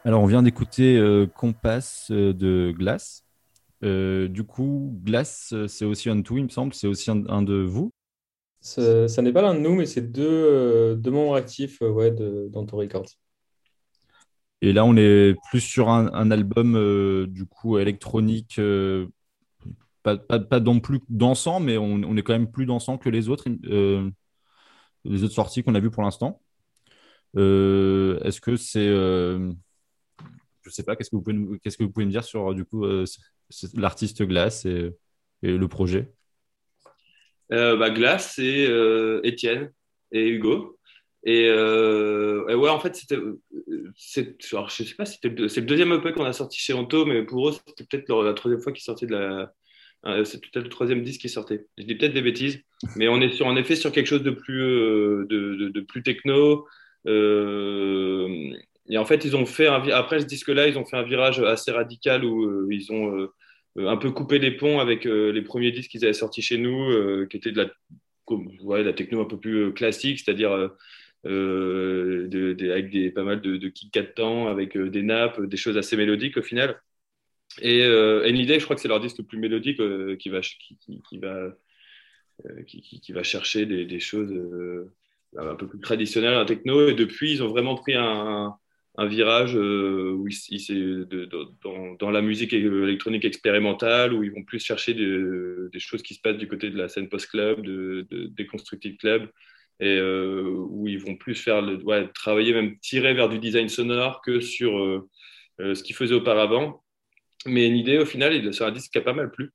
Alors, on vient d'écouter euh, Compass euh, de Glass. Euh, du coup, Glass, euh, c'est aussi un tout, il me semble. C'est aussi un, un de vous. Ça, ça n'est pas l'un de nous, mais c'est deux, euh, deux membres actifs euh, ouais, de, d'Anto Records. Et là, on est plus sur un, un album euh, du coup électronique, euh, pas, pas, pas non plus dansant, mais on, on est quand même plus dansant que les autres, euh, les autres sorties qu'on a vues pour l'instant. Euh, est-ce que c'est, euh, je sais pas, qu'est-ce que vous pouvez, nous- qu'est-ce que vous pouvez me dire sur du coup euh, c- c- l'artiste Glass et, et le projet? Euh, bah, Glace, c'est euh, Étienne et Hugo. Et, euh, et ouais, en fait, c'était, euh, c'est, alors, je sais pas, si c'était le, deux- c'est le deuxième E P qu'on a sorti chez Anto, mais pour eux, c'était peut-être leur- la troisième fois qu'ils sortaient de la. euh, c'est peut-être le troisième disque qui sortait. Je dis peut-être des bêtises, mais on est sur, en effet sur quelque chose de plus, euh, de, de- de plus techno. Euh, et en fait, ils ont fait un, vi- après ce disque-là, ils ont fait un virage assez radical où euh, ils ont euh, euh, un peu coupé les ponts avec euh, les premiers disques qu'ils avaient sortis chez nous, euh, qui étaient de la, comme- ouais, de la techno un peu plus euh, classique, c'est-à-dire euh, euh, de- de- avec des, pas mal de, de kicks quatre temps, avec euh, des nappes, des choses assez mélodiques au final. Et euh, Any Day, je crois que c'est leur disque le plus mélodique euh, qui va, qui, qui, qui va, euh, qui, qui, qui va chercher des, des choses euh, un peu plus traditionnelles en techno. Et depuis, ils ont vraiment pris un, un virage euh, où ils, ils, c'est de, de, dans, dans la musique électronique expérimentale, où ils vont plus chercher de, des choses qui se passent du côté de la scène post-club, de, de, des constructive club, et euh, où ils vont plus faire le, ouais, travailler, même tirer vers du design sonore que sur euh, euh, ce qu'ils faisaient auparavant. Mais une idée, au final, c'est un disque qui a pas mal plu.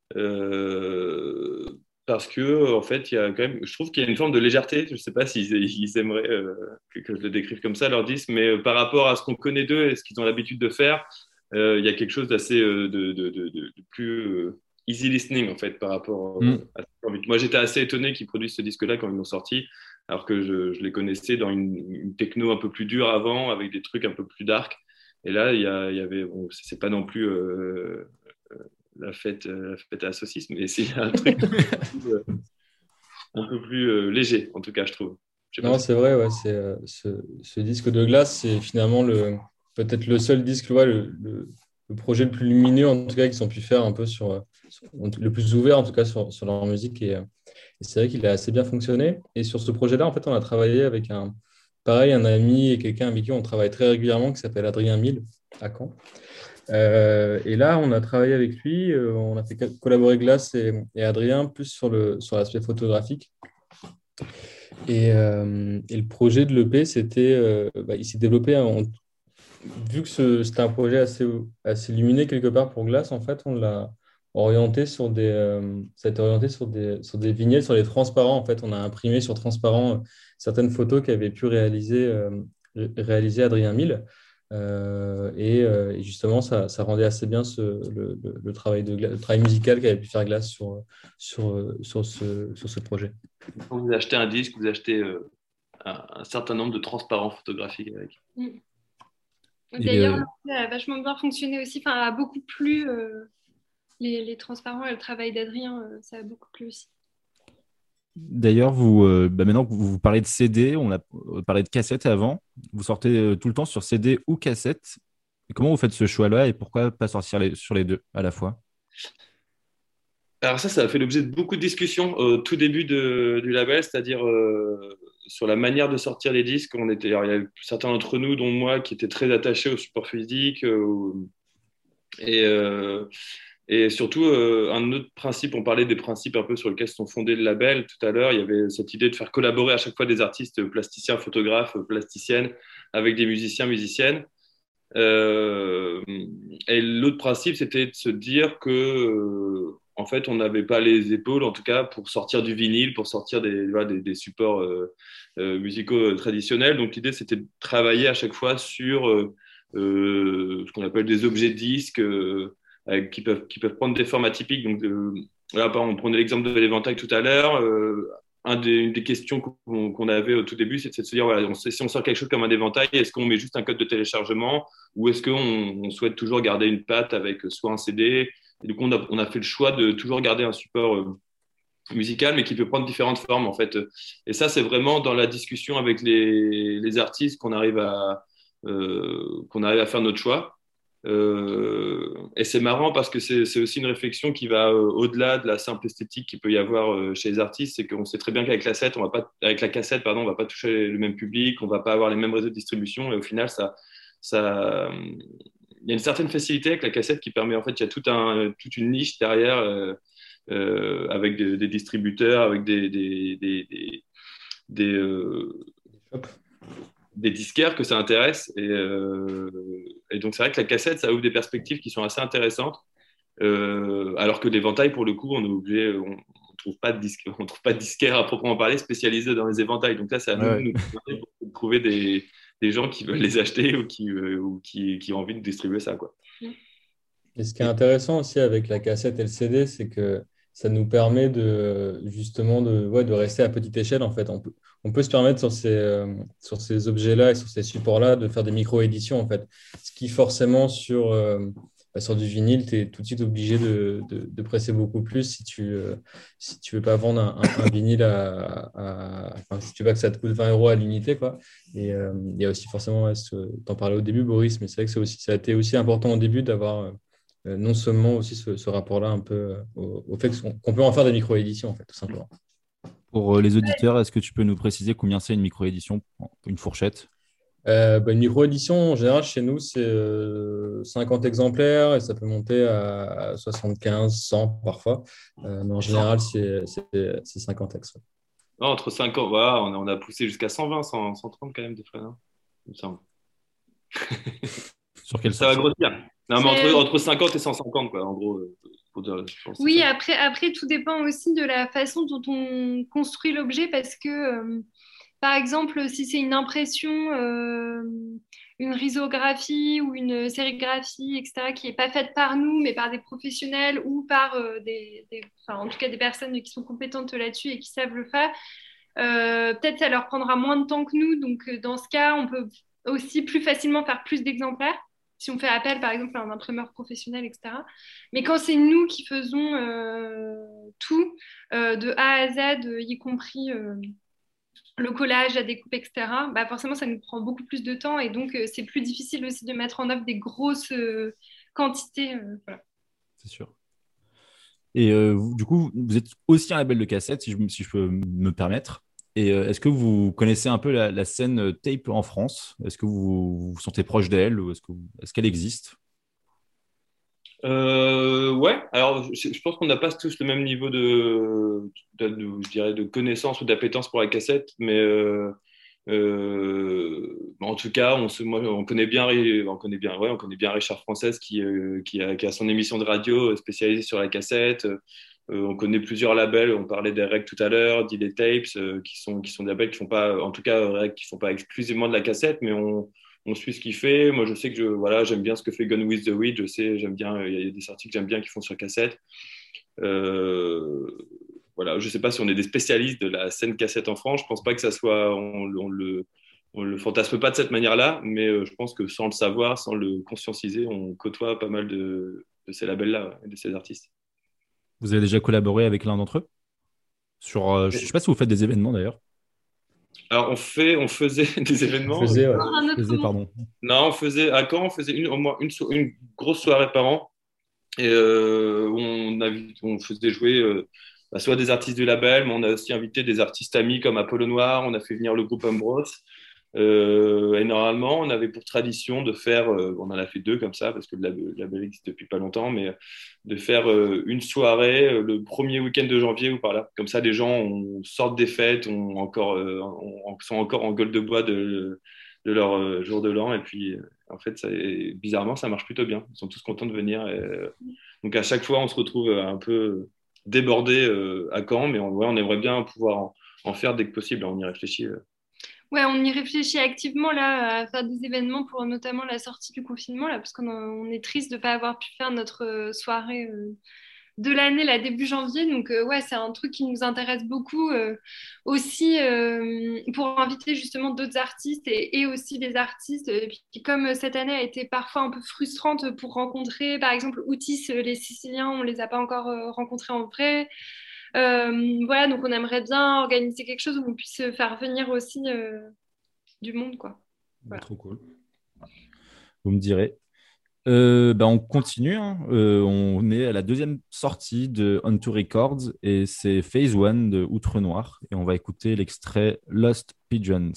Euh, parce que en fait, il y a quand même, je trouve qu'il y a une forme de légèreté. Je ne sais pas s'ils ils aimeraient euh, que, que je le décrive comme ça, leur disque, mais euh, par rapport à ce qu'on connaît d'eux et ce qu'ils ont l'habitude de faire, euh, il y a quelque chose d'assez euh, de, de, de, de, de plus euh, easy listening en fait par rapport Mm. euh, à ce qu'ils ont envie. Moi, j'étais assez étonné qu'ils produisent ce disque-là quand ils l'ont sorti, alors que je, je les connaissais dans une, une techno un peu plus dure avant, avec des trucs un peu plus dark. Et là, il y, a, il y avait, bon, c'est pas non plus euh, la fête, euh, la fête à la saucisse, mais c'est un truc euh, un peu plus euh, léger, en tout cas, je trouve. Je sais pas Non, ce c'est vrai, ouais, c'est, euh, ce, ce disque de glace, c'est finalement le, peut-être le seul disque, ouais, le, le, le projet le plus lumineux, en tout cas, qu'ils ont pu faire un peu sur, euh, sur- le plus ouvert, en tout cas, sur, sur leur musique. Et, euh, et c'est vrai qu'il a assez bien fonctionné. Et sur ce projet-là, en fait, on a travaillé avec un, pareil, un ami et quelqu'un avec qui on travaille très régulièrement, qui s'appelle Adrien Mille, à Caen. Euh, et là, on a travaillé avec lui, euh, on a fait co- collaborer Glace et, et Adrien plus sur le, sur l'aspect photographique. Et, euh, et le projet de l'E P, c'était, euh, bah, il s'est développé, en- vu que ce- c'était un projet assez, assez lumineux quelque part pour Glace, en fait, on l'a orienté sur des, euh, ça a été orienté sur des, sur des vignettes, sur les transparents. En fait, on a imprimé sur transparent euh, certaines photos qu'avait pu réaliser, euh, ré- réaliser Adrien Mille. Euh, et, euh, et justement, ça, ça rendait assez bien ce, le, le- le travail de, Gla- le travail musical qu'avait pu faire Glace sur, sur, sur ce, sur ce projet. Quand vous achetez un disque, vous achetez euh, un, un certain nombre de transparents photographiques avec. Mm. Et, D'ailleurs, euh, l'anglais a vachement bien fonctionné aussi, enfin, a beaucoup plu. euh, les, les transparents et le travail d'Adrien, euh, ça a beaucoup plu aussi. D'ailleurs, vous, euh, bah, maintenant que vous, vous parlez de C D, on a euh, parlé de cassette avant. Vous sortez euh, tout le temps sur C D ou cassette. Et comment vous faites ce choix-là et pourquoi pas sortir les- sur les deux à la fois? Alors ça, ça a fait l'objet de beaucoup de discussions au tout début de- du label, c'est-à-dire euh, sur la manière de sortir les disques. On était, alors, il y a certains d'entre nous, dont moi, qui étaient très attachés au support physique. euh, et, euh, et surtout, euh, un autre principe, on parlait des principes un peu sur lesquels sont fondés le label tout à l'heure. Il y avait cette idée de faire collaborer à chaque fois des artistes plasticiens, photographes, plasticiennes, avec des musiciens, musiciennes. Euh, et l'autre principe, c'était de se dire que, euh, en fait, on n'avait pas les épaules, en tout cas, pour sortir du vinyle, pour sortir des, voilà, des, des supports euh, euh, musicaux traditionnels. Donc, l'idée, c'était de travailler à chaque fois sur euh, euh, ce qu'on appelle des objets disques euh, avec- qui, peuvent, qui peuvent prendre des formes atypiques. Donc, de, là, on prenait l'exemple de l'éventail tout à l'heure. Euh, un des, une des questions qu'on qu'on avait au tout début, c'est de se dire, voilà, on, si on sort quelque chose comme un éventail, est-ce qu'on met juste un code de téléchargement ou est-ce qu'on on souhaite toujours garder une patte avec soit un C D? Et du coup, on a, on a fait le choix de toujours garder un support euh, musical, mais qui peut prendre différentes formes, en fait. Et ça, c'est vraiment dans la discussion avec les, les artistes qu'on arrive à, euh, qu'on arrive à faire notre choix. Euh, et c'est marrant parce que c'est, c'est aussi une réflexion qui va euh, au-delà de la simple esthétique qu'il peut y avoir euh, chez les artistes. C'est qu'on sait très bien qu'avec la cassette, on va pas, avec la cassette, pardon, on va pas toucher le même public, on va pas avoir les mêmes réseaux de distribution. Et au final, ça, ça, il y a une certaine facilité avec la cassette qui permet, en fait, il y a tout un, toute une niche derrière euh, euh, avec des, des distributeurs, avec des, des, des, des, des, euh, des disquaires que ça intéresse. Et, euh, et donc, c'est vrai que la cassette, ça ouvre des perspectives qui sont assez intéressantes. Euh, alors que l'éventail, pour le coup, on est obligé, on ne trouve pas de disque, on trouve pas de disquaire à proprement parler spécialisé dans les éventails. Donc là, c'est à nous, Ouais. nous de trouver des, des gens qui veulent les acheter ou qui, euh, ou qui, qui ont envie de distribuer ça, quoi. Et ce qui est intéressant aussi avec la cassette et le C D, c'est que ça nous permet de justement de, ouais, de rester à petite échelle en fait. On peut, on peut se permettre sur ces, euh, sur ces objets-là et sur ces supports-là de faire des micro-éditions en fait. Ce qui forcément sur, euh, bah, sur du vinyle, tu es tout de suite obligé de, de, de presser beaucoup plus si tu euh, si tu veux pas vendre un, un- un vinyle à, à- enfin, si tu veux que ça te coûte vingt euros à l'unité quoi. Et euh, il y a aussi forcément, ouais, ce- t'en parlais au début Boris, mais c'est vrai que c'est aussi, ça a été aussi important au début d'avoir euh, euh, non seulement aussi ce, ce rapport-là un peu euh, au, au fait qu'on qu'on peut en faire des micro-éditions, en fait, tout simplement. Pour euh, les auditeurs, est-ce que tu peux nous préciser combien c'est une micro-édition, une fourchette? Euh, bah, une micro-édition, en général, chez nous, c'est euh, cinquante exemplaires et ça peut monter à soixante-quinze, cent parfois. Euh, mais en général, c'est c'est- c'est cinquante ex. Ouais. Non, entre cinquante, voilà, on a, on a poussé jusqu'à cent vingt, cent, cent trente quand même des fois, non il me semble. Sur quelle Ça va sortie? grossir. Non, mais entre, C'est- entre cinquante et cent cinquante, quoi, en gros, euh, pour dire, je pense que c'est Oui, ça. après, après, tout dépend aussi de la façon dont on construit l'objet parce que, euh, par exemple, si c'est une impression, euh, une risographie ou une sérigraphie, et cetera, qui n'est pas faite par nous, mais par des professionnels ou par euh, des, des- enfin, en tout cas des personnes qui sont compétentes là-dessus et qui savent le faire, euh, peut-être ça leur prendra moins de temps que nous. Donc, euh, dans ce cas, on peut aussi plus facilement faire plus d'exemplaires si on fait appel, par exemple, à un imprimeur professionnel, et cetera. Mais quand c'est nous qui faisons euh, tout, euh, de A à Z, euh, y compris euh, le collage, la découpe, et cetera, bah forcément, ça nous prend beaucoup plus de temps et donc euh, c'est plus difficile aussi de mettre en œuvre des grosses euh, quantités. euh, voilà. C'est sûr. Et euh, vous- du coup, vous êtes aussi un label de cassette, si je, me- si je peux me permettre. Et euh, est-ce que vous connaissez un peu la, la scène euh, tape en France? Est-ce que vous vous vous sentez proche d'elle ou est-ce que vous- est-ce qu'elle existe? Euh, ouais, alors je, je pense qu'on n'a pas tous le même niveau de, de, de- je dirais, de connaissance ou d'appétence pour la cassette, mais euh, euh, en tout cas, on, se, moi, on connaît bien, on connaît bien, ouais, on connaît bien Richard Française qui, euh, qui, a, qui a son émission de radio spécialisée sur la cassette. Euh, on connaît plusieurs labels, on parlait des Rec tout à l'heure, Delay Tapes, euh, qui sont, qui sont des labels qui font pas, en tout cas, Rec, qui font pas exclusivement de la cassette, mais on on suit ce qu'il fait. Moi, je sais que je, voilà, j'aime bien ce que fait Gone with the Wind. Je sais, j'aime bien, il y a des articles que j'aime bien qui font sur cassette. Euh, voilà, je ne sais pas si on est des spécialistes de la scène cassette en France. Je ne pense pas que ça soit, on, on le, on le fantasme pas de cette manière-là, mais euh, je pense que sans le savoir, sans le conscientiser, on côtoie pas mal de, de ces labels-là et de ces artistes. Vous avez déjà collaboré avec l'un d'entre eux? Sur, euh, je ne sais pas si vous faites des événements d'ailleurs. Alors, on fait, on faisait des On événements. faisait, ouais. Un autre Faisais, mot. pardon. Non, on faisait à Caen, on faisait une, au moins une, so- une grosse soirée par an. Et euh, on, a, on faisait jouer euh, bah, soit des artistes du label, mais on a aussi invité des artistes amis comme Apollo Noir, on a fait venir le groupe Ambros. Euh, et normalement, on avait pour tradition de faire, euh, on en a fait deux comme ça, parce que le label, le label existe depuis pas longtemps, mais de faire euh, une soirée euh, le premier week-end de janvier ou par là. Comme ça, les gens on, sortent des fêtes, on, encore, euh, on, on sont encore en gueule de bois de, de leur euh, jour de l'an. Et puis, euh, en fait, ça, et bizarrement, ça marche plutôt bien. Ils sont tous contents de venir. Et, euh, donc, à chaque fois, on se retrouve un peu débordé euh, à Caen, mais on, ouais, on aimerait bien pouvoir en, en faire dès que possible. On y réfléchit. euh. Ouais, on y réfléchit activement là à faire des événements pour notamment la sortie du confinement là, parce qu'on on est triste de ne pas avoir pu faire notre euh, soirée euh, de l'année, là, début janvier. Donc, euh, ouais, c'est un truc qui nous intéresse beaucoup euh, aussi euh, pour inviter justement d'autres artistes et, et aussi des artistes. Et puis, comme euh, cette année a été parfois un peu frustrante pour rencontrer, par exemple, Outis, euh, les Siciliens, on les a pas encore euh, rencontrés en vrai. Euh, voilà, donc on aimerait bien organiser quelque chose où on puisse faire venir aussi euh, du monde, quoi. Bah, Voilà. trop cool. Vous me direz. Euh, bah, on continue, hein. Euh, on est à la deuxième sortie de On To Records et c'est Phase One de Outre Noir. Et on va écouter l'extrait Lost Pigeons.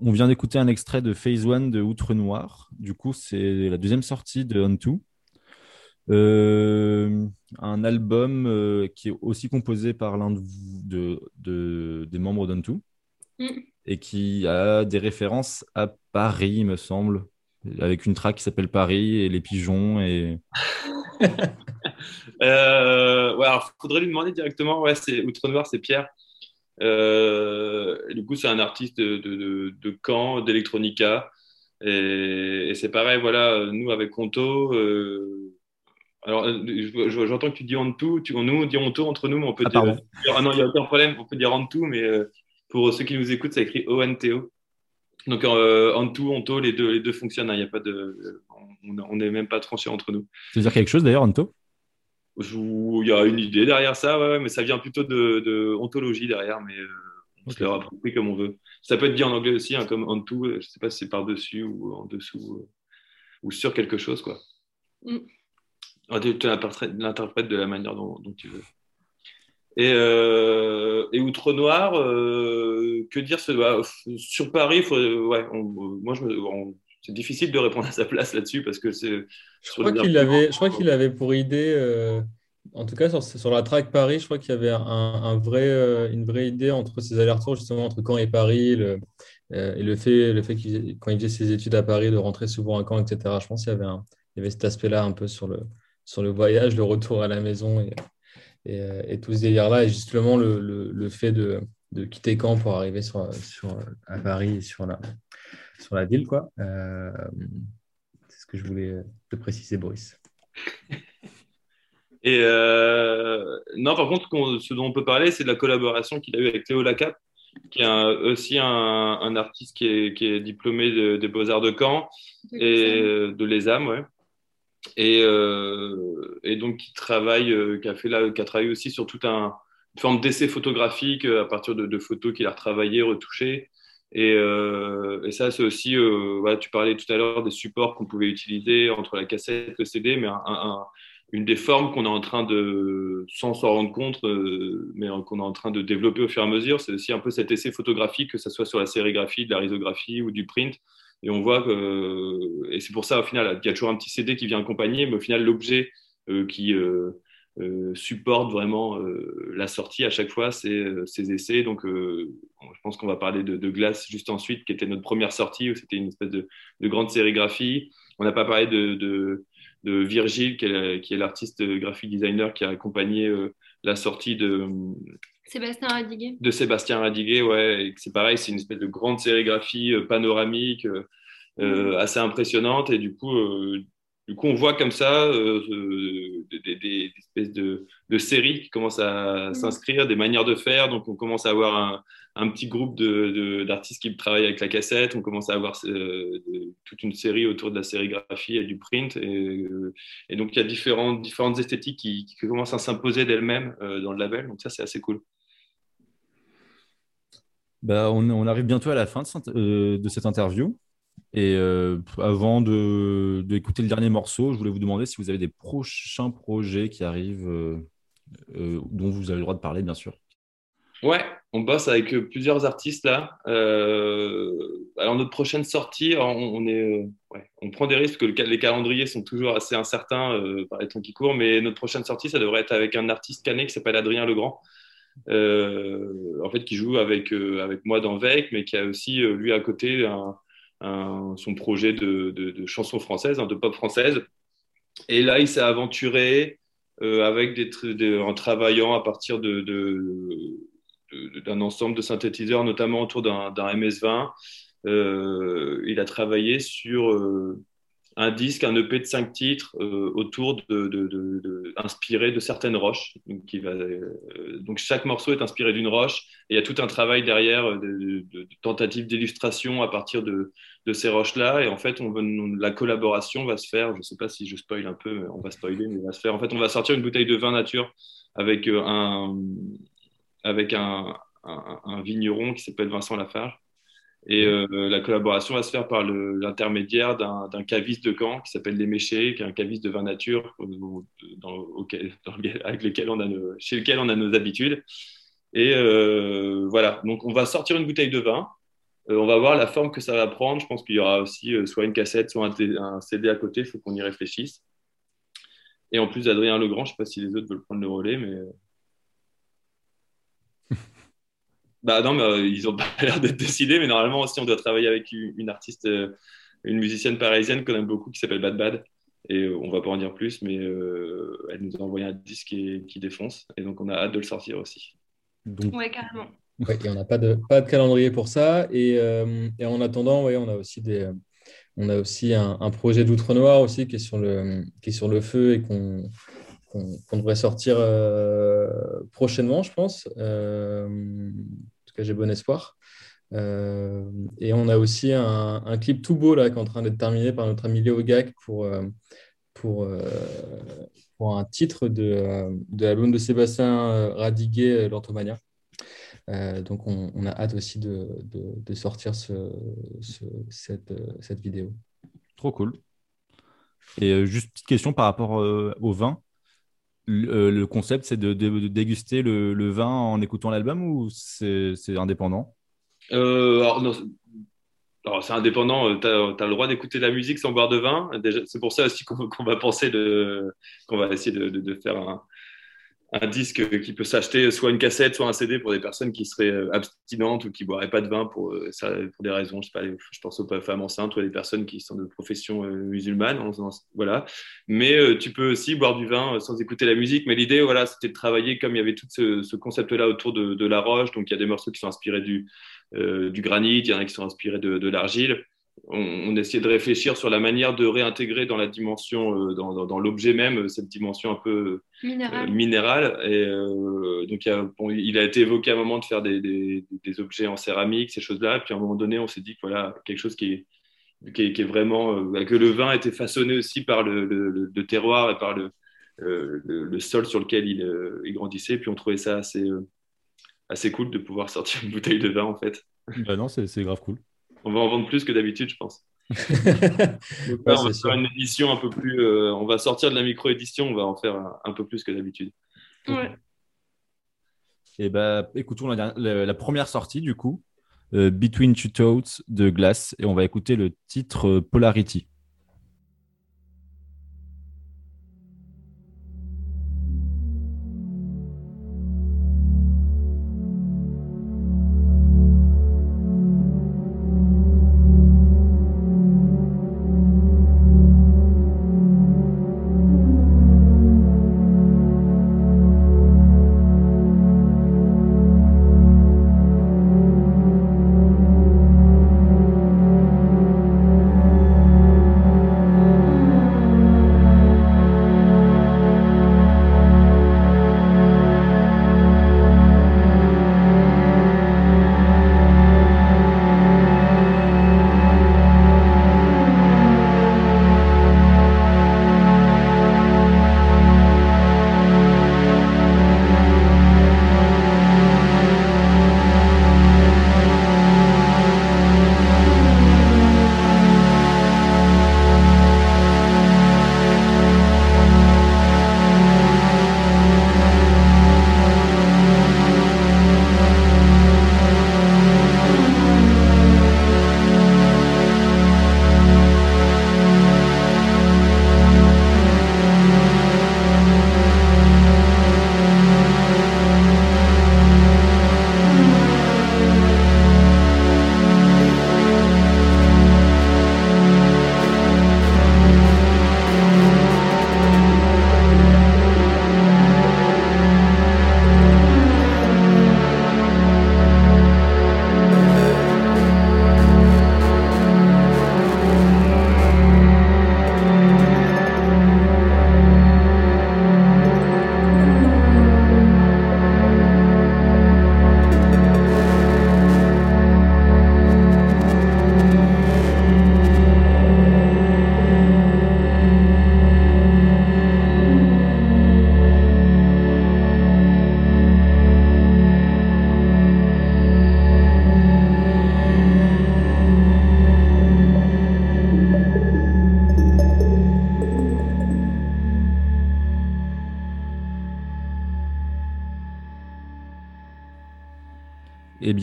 on vient d'écouter un extrait de Phase One de Outre Noir. Du coup, c'est la deuxième sortie de Onto. Euh, un album euh, qui est aussi composé par l'un de, vous- de- de- des membres d'Onto Mm. et qui a des références à Paris, il me semble, avec une track qui s'appelle Paris et les pigeons. Et... Euh, ouais, alors, faudrait lui demander directement. Ouais, c'est Outre Noir, c'est Pierre. Euh, du coup, c'est un artiste de, de, de, de Caen, d'Electronica. Et, et c'est pareil, voilà, nous avec Conto. Euh, alors, euh, je- je- j'entends que tu dis Onto. Tu, nous, on dit Onto entre nous, mais on peut Ah, dire. pardon. Ah non, il n'y a aucun problème, on peut dire Onto, mais euh, pour ceux qui nous écoutent, ça écrit O N T O. Donc, euh, Onto, Onto, les deux, les deux fonctionnent. hein, Il y a pas de, on on n'est même pas tranché entre nous. Tu veux dire quelque chose d'ailleurs, Anto? Je- Il y a une idée derrière ça, ouais, ouais, mais ça vient plutôt de, de ontologie derrière, mais euh, on se Ok. le rapproprie comme on veut. Ça peut être dit en anglais aussi, hein, comme onto, euh, je sais pas si c'est par-dessus ou en dessous, euh, ou sur quelque chose, quoi. Mm. Ah, tu tu l'interprètes l'interprètes de la manière dont, dont tu veux. Et, euh, et Outre Noir, euh, que dire ce, bah, f- sur Paris, faut, ouais, on- moi, je me- on- c'est difficile de répondre à sa place là-dessus parce que c'est Je sur crois les qu'il avait, je crois influences. qu'il avait pour idée, euh, en tout cas sur, sur la track Paris, je crois qu'il y avait un, un vrai, euh, une vraie idée entre ces allers-retours justement entre Caen et Paris, le, euh, et le fait, le fait qu'il faisait- quand il faisait ses études à Paris, de rentrer souvent à Caen, et cetera. Je pense qu'il y avait, un, il y avait cet aspect-là un peu sur le, sur le voyage, le retour à la maison et, et, euh, et tout ce délire-là. Et justement, le, le, le fait de, de quitter Caen pour arriver sur, sur, à Paris et sur la, sur la ville, quoi. Euh, c'est ce que je voulais te préciser, Boris. Et euh, non, par contre, qu'on- ce dont on peut parler, c'est de la collaboration qu'il a eue avec Léo Lacap, qui est un- aussi un, un artiste qui est, qui est diplômé de- des Beaux-Arts de Caen De et l'E S A M. euh, de l'E S A M, ouais. Et, euh, et donc qui travaille, euh, qui a fait là, qui a travaillé aussi sur toute un, une forme d'essai photographique euh, à partir de, de photos qu'il a retravaillées, retouchées. Et, euh, et ça, c'est aussi, euh, voilà, tu parlais tout à l'heure des supports qu'on pouvait utiliser entre la cassette, le C D, mais un, un- une des formes qu'on est en train de, sans s'en rendre compte, euh, mais qu'on est en train de développer au fur et à mesure, c'est aussi un peu cet essai photographique, que ce soit sur la sérigraphie, de la risographie ou du print. Et on voit que, et c'est pour ça, au final, il y a toujours un petit C D qui vient accompagner, mais au final, l'objet euh, qui euh, euh, supporte vraiment euh, la sortie à chaque fois, c'est euh, ces essais. Donc, euh, je pense qu'on va parler de, de Glace juste ensuite, qui était notre première sortie, où c'était une espèce de, de grande sérigraphie. On n'a pas parlé de, de, de Virgile, qui est, qui est l'artiste graphic designer qui a accompagné euh, la sortie de, Sébastien Radiguet. de Sébastien Radiguet. Ouais, et c'est pareil, c'est une espèce de grande sérigraphie euh, panoramique. Euh, euh, assez impressionnante. Et du coup, euh, du coup on voit comme ça euh, euh, des, des, des espèces de, de séries qui commencent à Mhm. s'inscrire, des manières de faire. Donc, on commence à avoir un, un petit groupe de, de, d'artistes qui travaillent avec la cassette. On commence à avoir euh, de, toute une série autour de la sérigraphie et du print. Et, euh, et donc, il y a différentes, différentes esthétiques qui, qui commencent à s'imposer d'elles-mêmes euh, dans le label. Donc, ça, c'est assez cool. Bah, on, on arrive bientôt à la fin de, cette- euh, de cette interview. Et euh, avant de, d'écouter le dernier morceau, je voulais vous demander si vous avez des prochains projets qui arrivent, euh, euh, dont vous avez le droit de parler, bien sûr. Ouais, on bosse avec euh, plusieurs artistes là. Euh, alors notre prochaine sortie, alors, on, on est, euh, ouais, on prend des risques parce que le ca- les calendriers sont toujours assez incertains euh, par les temps qui courent, mais notre prochaine sortie, ça devrait être avec un artiste canet qui s'appelle Adrien Legrand, euh, en fait qui joue avec euh, avec moi dans Vec, mais qui a aussi euh, lui à côté un, un- son projet de, de, de chansons françaises, hein, de pop française. Et là, il s'est aventuré euh, avec des, tr- des- en travaillant à partir de, de- de- d'un ensemble de synthétiseurs, notamment autour d'un, d'un M S vingt. Euh, il a travaillé sur euh, un disque, un E P de cinq titres euh, autour de, de, de, de- inspiré de certaines roches. Donc, qui va, euh, donc chaque morceau est inspiré d'une roche et il y a tout un travail derrière euh, de, de, de tentatives d'illustration à partir de, de ces roches-là. Et en fait, on, veut- on- la collaboration va se faire. Je ne sais pas si je spoil un peu, mais on va spoiler, mais il va se faire. En fait, on va sortir une bouteille de vin nature avec euh, un avec un, un, un vigneron qui s'appelle Vincent Lafarge. Et euh, la collaboration va se faire par le- l'intermédiaire d'un d'un caviste de Caen qui s'appelle Les Méchés, qui est un caviste de vin nature au- dans, auquel- dans lequel- avec lequel on a nos- chez lequel on a nos habitudes. Et euh, voilà, donc on va sortir une bouteille de vin Euh, on va voir la forme que ça va prendre. Je pense qu'il y aura aussi euh, soit une cassette, soit un, t- un C D à côté. Il faut qu'on y réfléchisse. Et en plus d'Adrien Legrand, je ne sais pas si les autres veulent prendre le relais, mais euh, bah non, mais euh, ils ont pas l'air d'être décidés. Mais normalement aussi, on doit travailler avec une, une artiste, euh, une musicienne parisienne qu'on aime beaucoup qui s'appelle Bad Bad. Et euh, on va pas en dire plus, mais euh, elle nous a envoyé un disque qui, qui défonce. Et donc, on a hâte de le sortir aussi. Donc, Ouais, carrément. Ouais, et on n'a pas de, pas de calendrier pour ça. Et, euh, et en attendant, ouais, on a aussi, des, on a aussi un, un projet d'Outre-Noir aussi qui est sur le, qui est sur le feu et qu'on qu'on, qu'on devrait sortir euh, prochainement, je pense. Euh, en tout cas, j'ai bon espoir. Euh, et on a aussi un, un clip tout beau là, qui est en train d'être terminé par notre ami Léo Gac pour, euh, pour, euh, pour un titre de, euh, de l'album de Sébastien euh, Radiguet, euh, L'Orthomania. Euh, donc, on, on a hâte aussi de, de, de sortir ce, ce- cette, euh, cette vidéo. trop cool. Et euh, juste petite question par rapport euh, au vin. Le, euh, le concept, c'est de, de- de déguster le, le vin en écoutant l'album ou c'est c'est indépendant? Euh, alors, non, alors, c'est indépendant, tu as, le droit d'écouter de la musique sans boire de vin. Déjà, c'est pour ça aussi qu'on qu'on va penser de, qu'on va essayer de, de, de faire un, un disque qui peut s'acheter soit une cassette, soit un C D pour des personnes qui seraient euh, abstinentes ou qui ne boiraient pas de vin pour, euh, ça, pour des raisons, je sais pas, je pense aux femmes enceintes ou à des personnes qui sont de profession euh, musulmane. En- en- voilà. Mais euh, tu peux aussi boire du vin euh, sans écouter la musique. Mais l'idée, voilà, c'était de travailler comme il y avait tout ce, ce concept-là autour de, de la roche. Donc, il y a des morceaux qui sont inspirés du, euh, du granit, il y en a qui sont inspirés de, de l'argile. On, on essayait de réfléchir sur la manière de réintégrer dans la dimension, euh, dans, dans, dans l'objet même, cette dimension un peu euh, Minéral. minéral. Et euh, donc, il, y a, bon, il a été évoqué à un moment de faire des, des, des objets en céramique, ces choses-là. Puis à un moment donné, on s'est dit que voilà, quelque chose qui est, qui est, qui est vraiment. Euh, que le vin était façonné aussi par le, le, le terroir et par le, euh, le, le sol sur lequel il, euh, il grandissait. Puis on trouvait ça assez, euh, assez cool de pouvoir sortir une bouteille de vin, en fait. Bah non, c'est c'est grave cool. On va en vendre plus que d'habitude, je pense. Donc Ouais, là, on va c'est faire sûr. une édition un peu plus. Euh, on va sortir de la micro-édition, on va en faire un, un peu plus que d'habitude. Ouais. Et bah écoutons la, dernière- la- la première sortie du coup, euh, Between Two Thoughts de Glass, et on va écouter le titre euh, Polarity.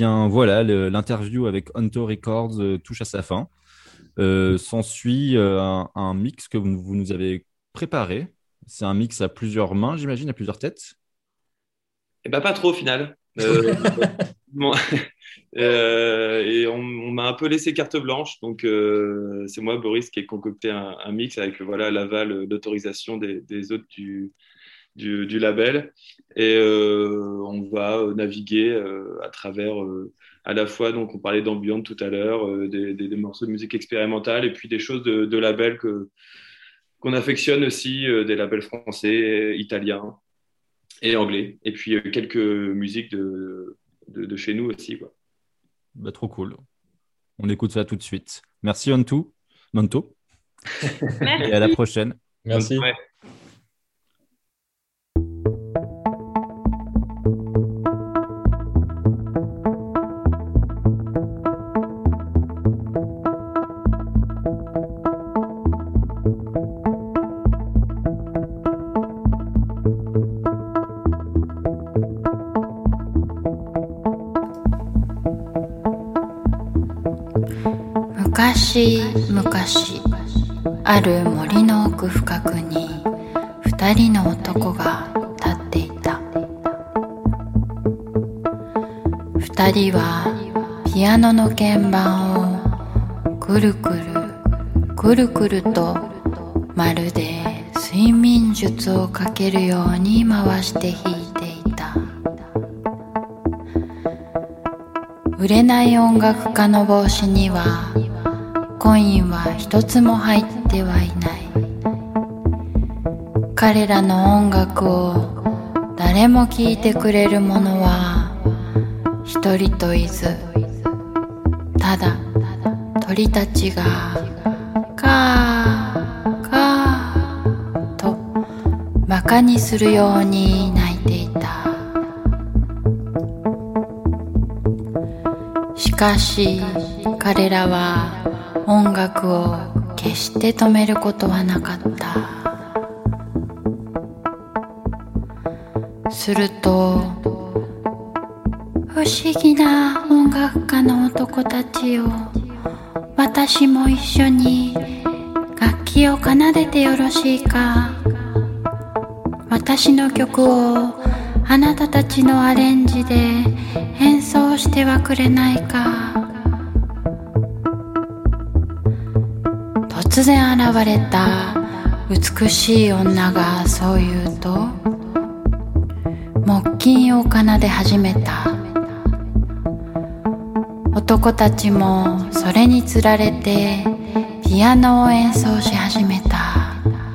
bien voilà, le- l'interview avec Onto Records euh, touche à sa fin. Euh, s'ensuit euh, un, un mix que vous, vous nous avez préparé. C'est un mix à plusieurs mains, j'imagine, à plusieurs têtes. Et bah pas trop au final. Euh, bon, euh, et on, on m'a un peu laissé carte blanche, donc euh, c'est moi, Boris, qui ai concocté un, un mix avec voilà l'aval d'autorisation des, des autres du, du, du label. Et euh, on va naviguer euh, à travers euh, à la fois, donc on parlait d'ambient tout à l'heure, euh, des, des, des morceaux de musique expérimentale et puis des choses de, de labels que, qu'on affectionne aussi, euh, des labels français, italiens et anglais. Et puis euh, quelques musiques de, de, de chez nous aussi, quoi. Bah, trop cool. On écoute ça tout de suite. Merci Onto, Monto, et à la Merci. prochaine. Merci. Ouais. 昔々ある森の奥深くに二人の男が立っていた。二人はピアノの鍵盤をくるくるくるくるとまるで睡眠術をかけるように回して弾いていた。売れない音楽家の帽子にはコインは一つも入ってはいない。彼らの音楽を誰も聴いてくれる者は一人といず、ただ鳥たちがカーカーと馬鹿にするように鳴いていた。しかし彼らは音楽を決して止めることはなかった。すると不思議な音楽家の男たちよ、私も一緒に楽器を奏でてよろしいか。私の曲をあなたたちのアレンジで演奏してはくれないか。突然現れた美しい女がそう言うと、木琴を奏で始めた。男たちもそれにつられてピアノを演奏し始めた。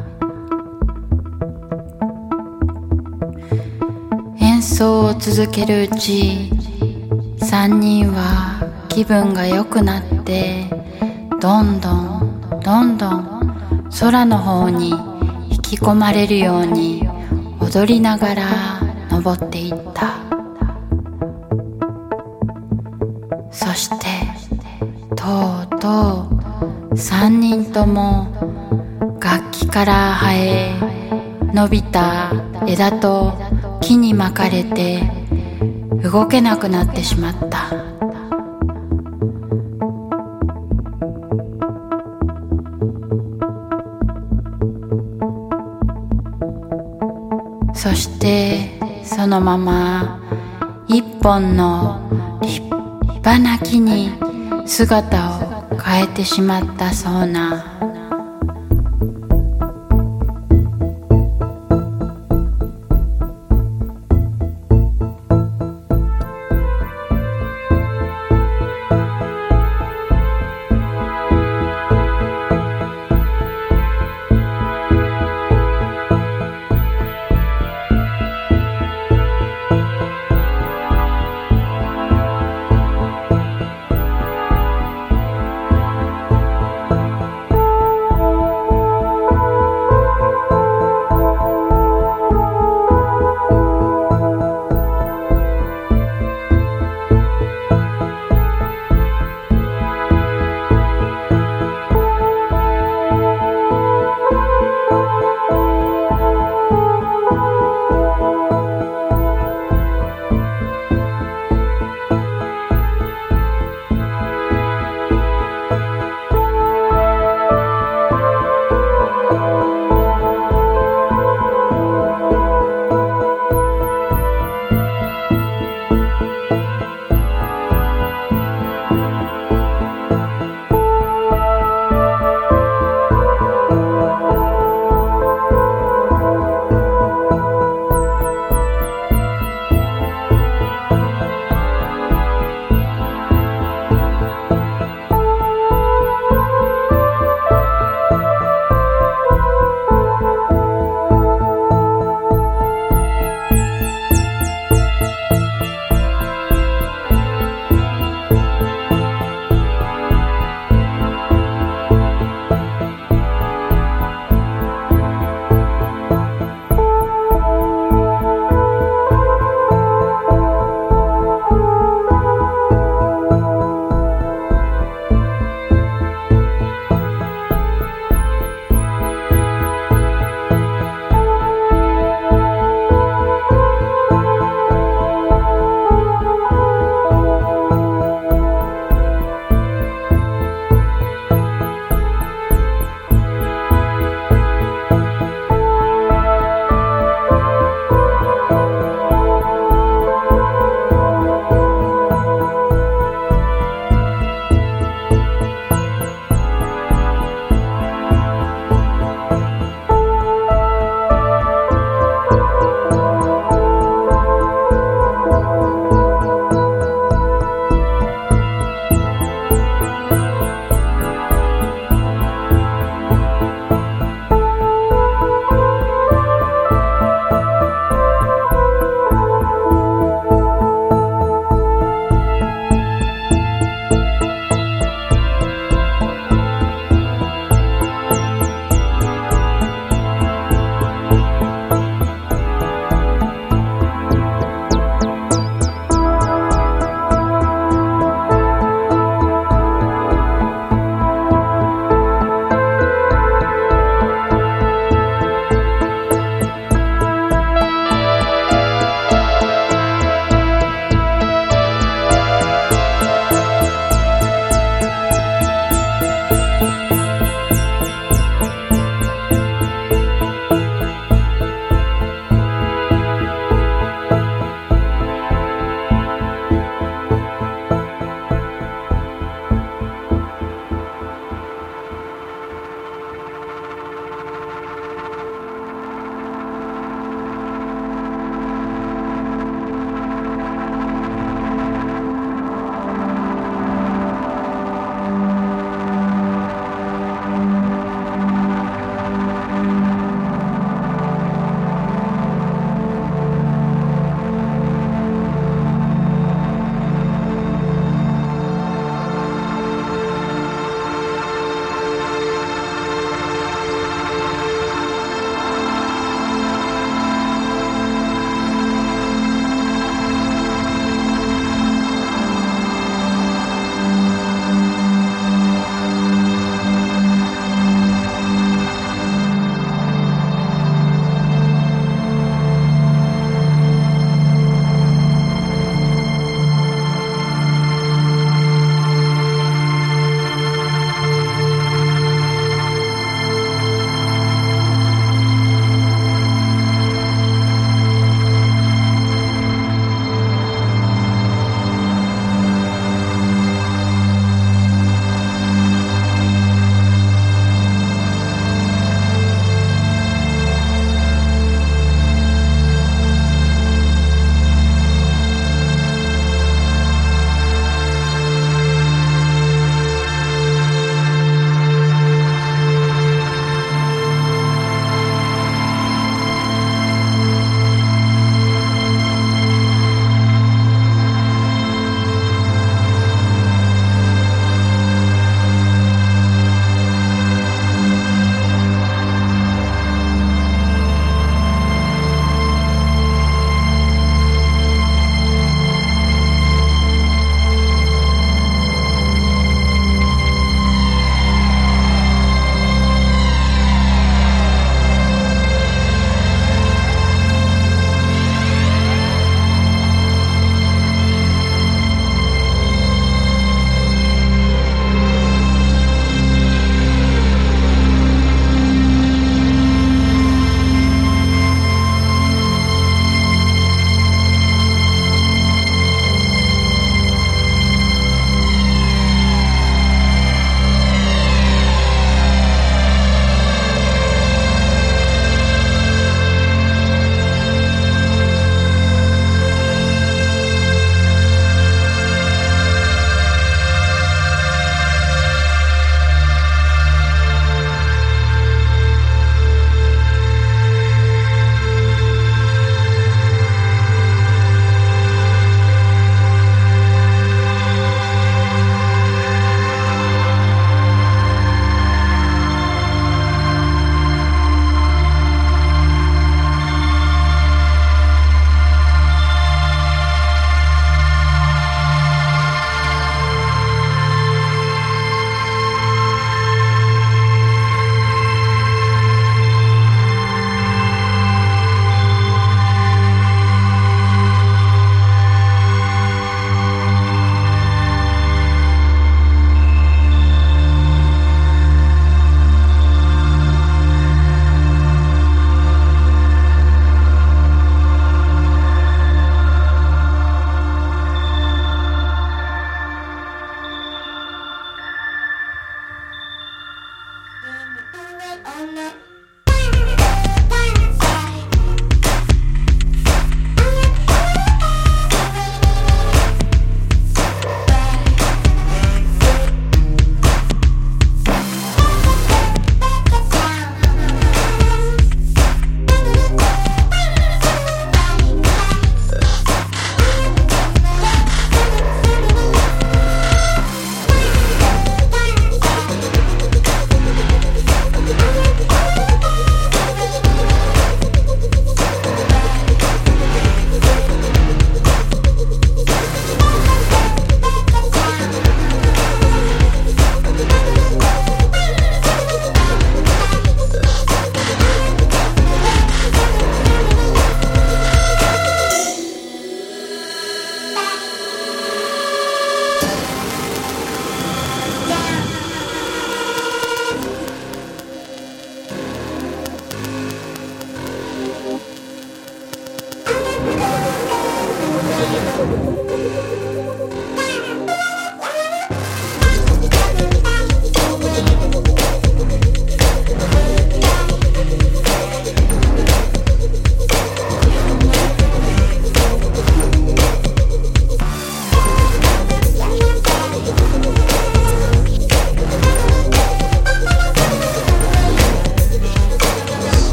演奏を続けるうち、三人は気分が良くなってどんどんどんどん空の方に引き込まれるように踊りながら登っていった。そしてとうとう三人とも楽器から生え伸びた枝と木に巻かれて動けなくなってしまった。そしてそのまま一本の立派な木に姿を変えてしまったそうな。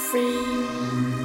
free.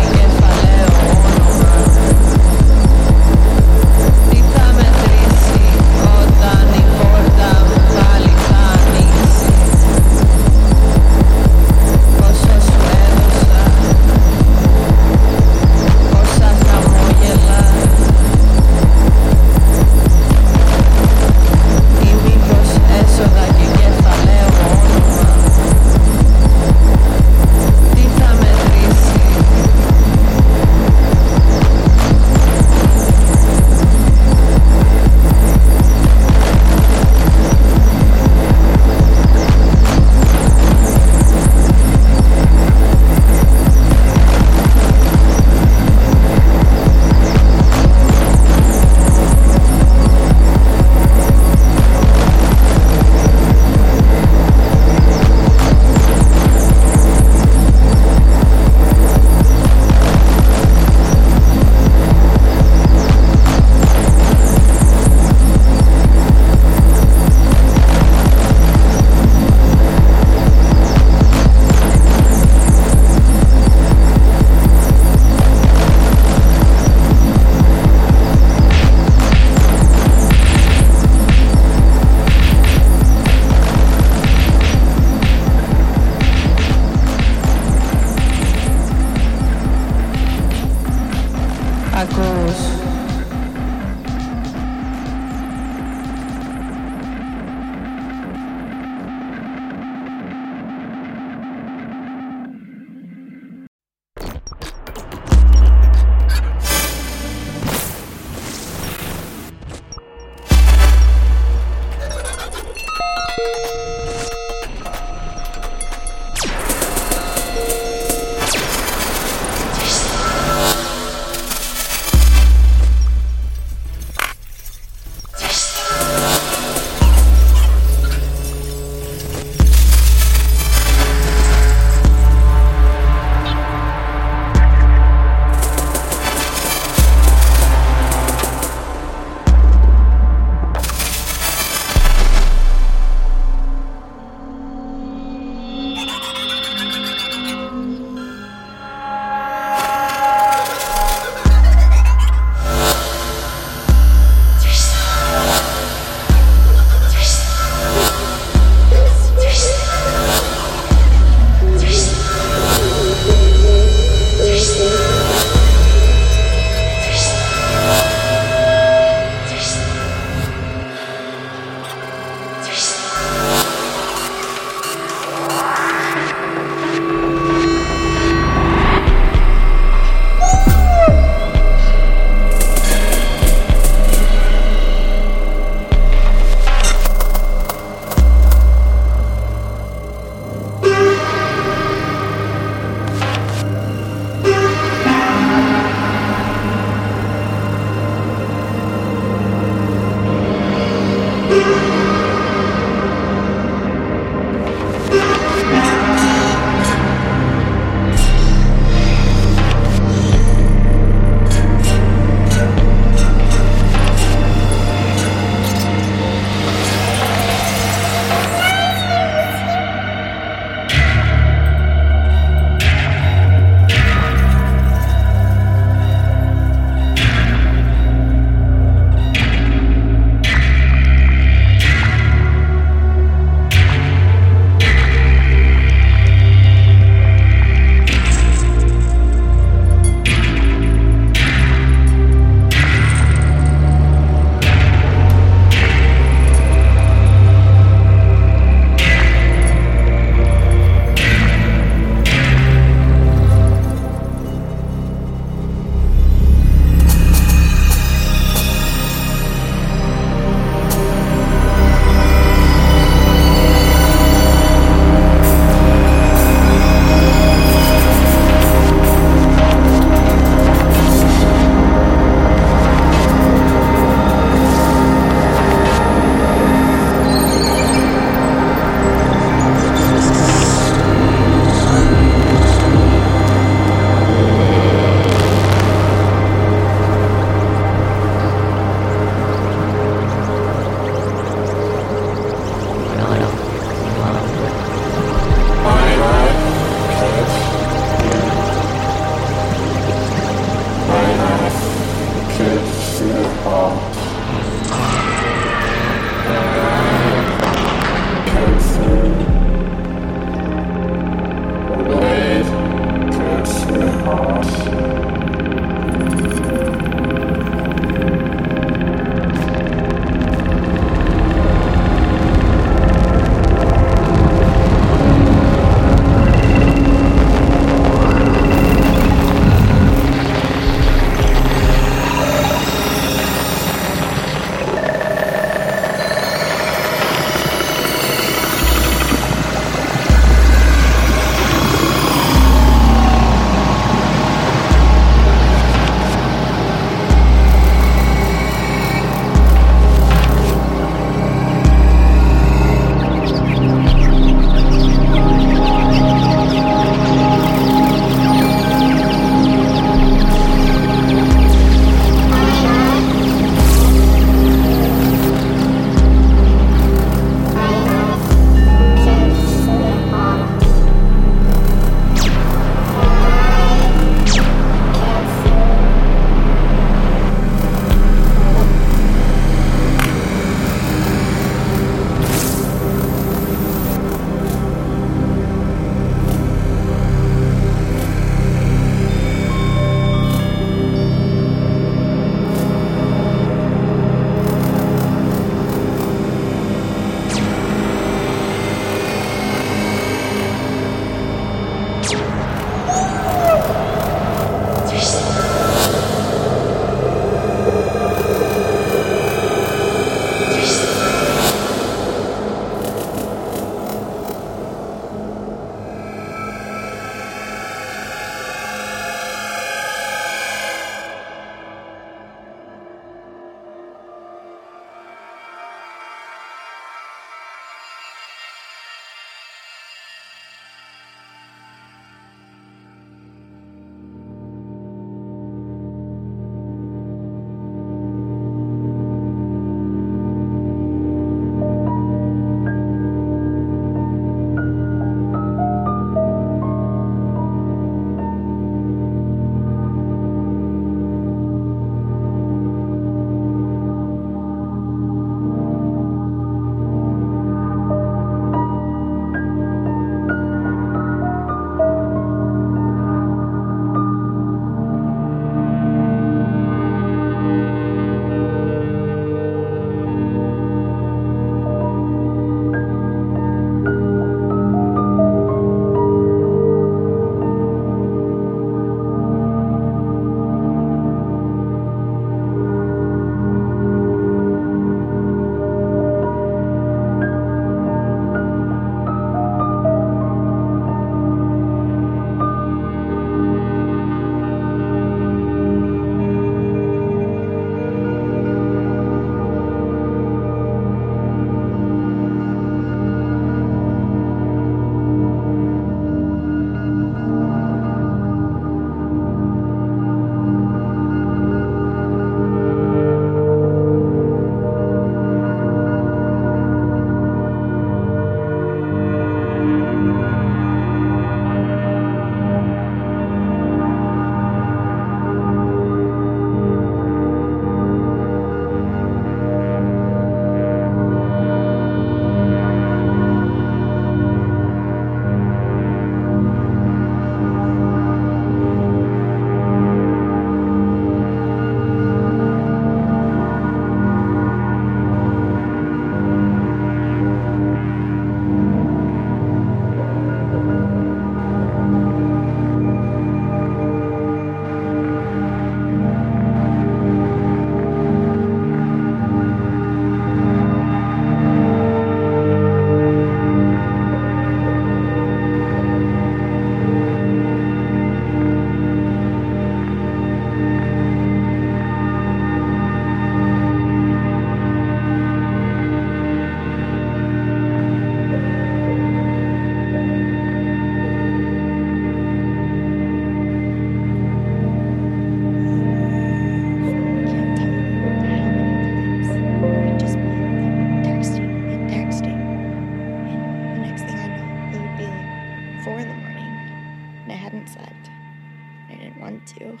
Rue.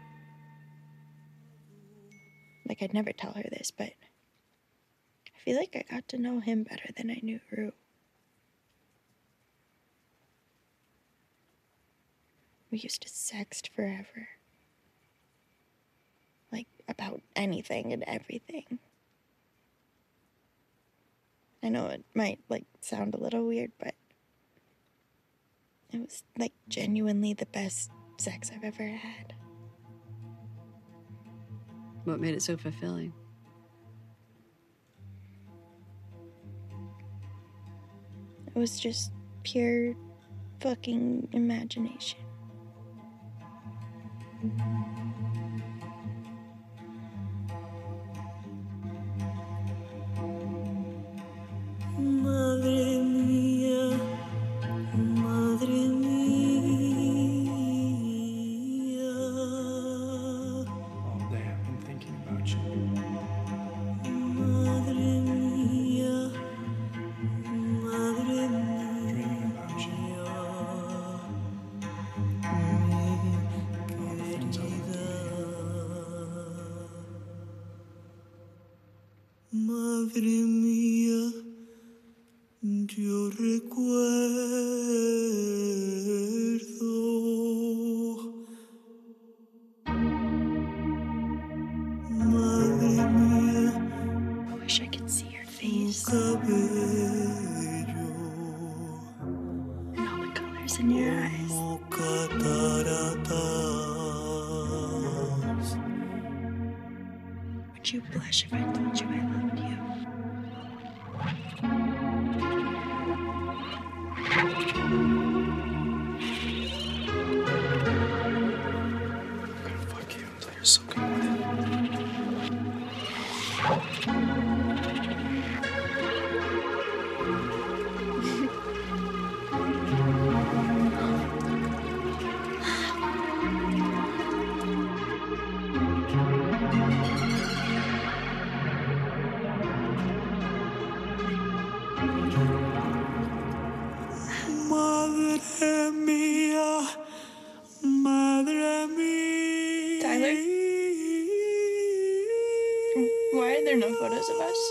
Like, I'd never tell her this, but I feel like I got to know him better than I knew Rue. We used to sext forever. Like, about anything and everything. I know it might, like, sound a little weird, but it was, like, genuinely the best sex I've ever had. What made it so fulfilling? It was just pure fucking imagination. Madre mía, madre mía. All day I've been thinking about you. Madre mía, madre mía. Dreaming about you. All the things I want to do. Madre mía, yo recuerdo. Madre mía, I wish I could see your tu face cabello and all the colors in your eyes. como cataratas. Would you blush if I told you I loved you? I'm gonna fuck you until you're soaking wet. Madre mía, madre mía. Tyler? Why are there no photos of us?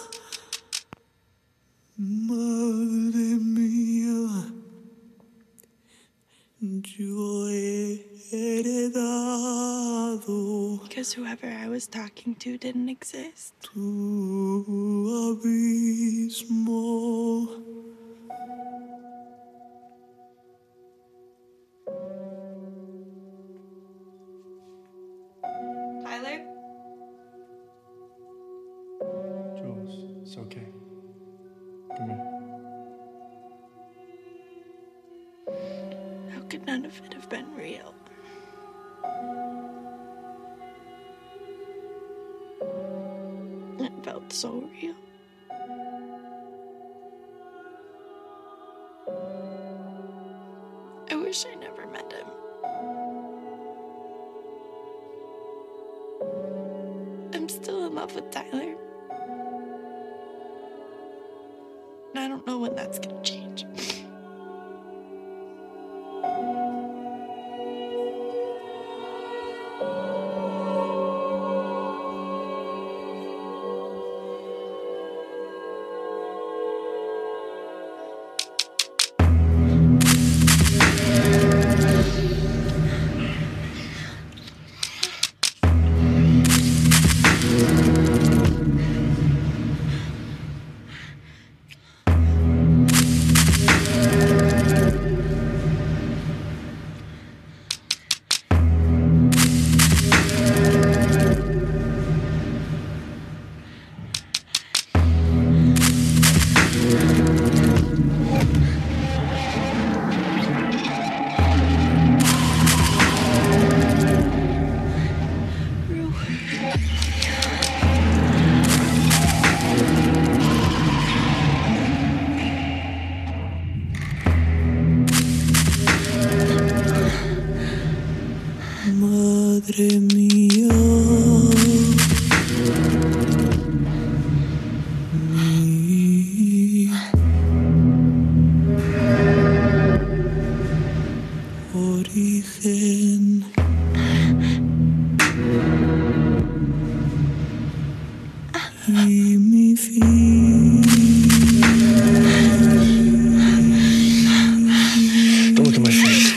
Madre mía, yo he heredado Because whoever I was talking to didn't exist. tu abismo. Tyler? Jules, it's okay. Come here. How could none of it have been real? It felt so real. I wish I never met him. I'm still in love with Tyler. And I don't know when that's gonna change. make me feel. Don't look at my face.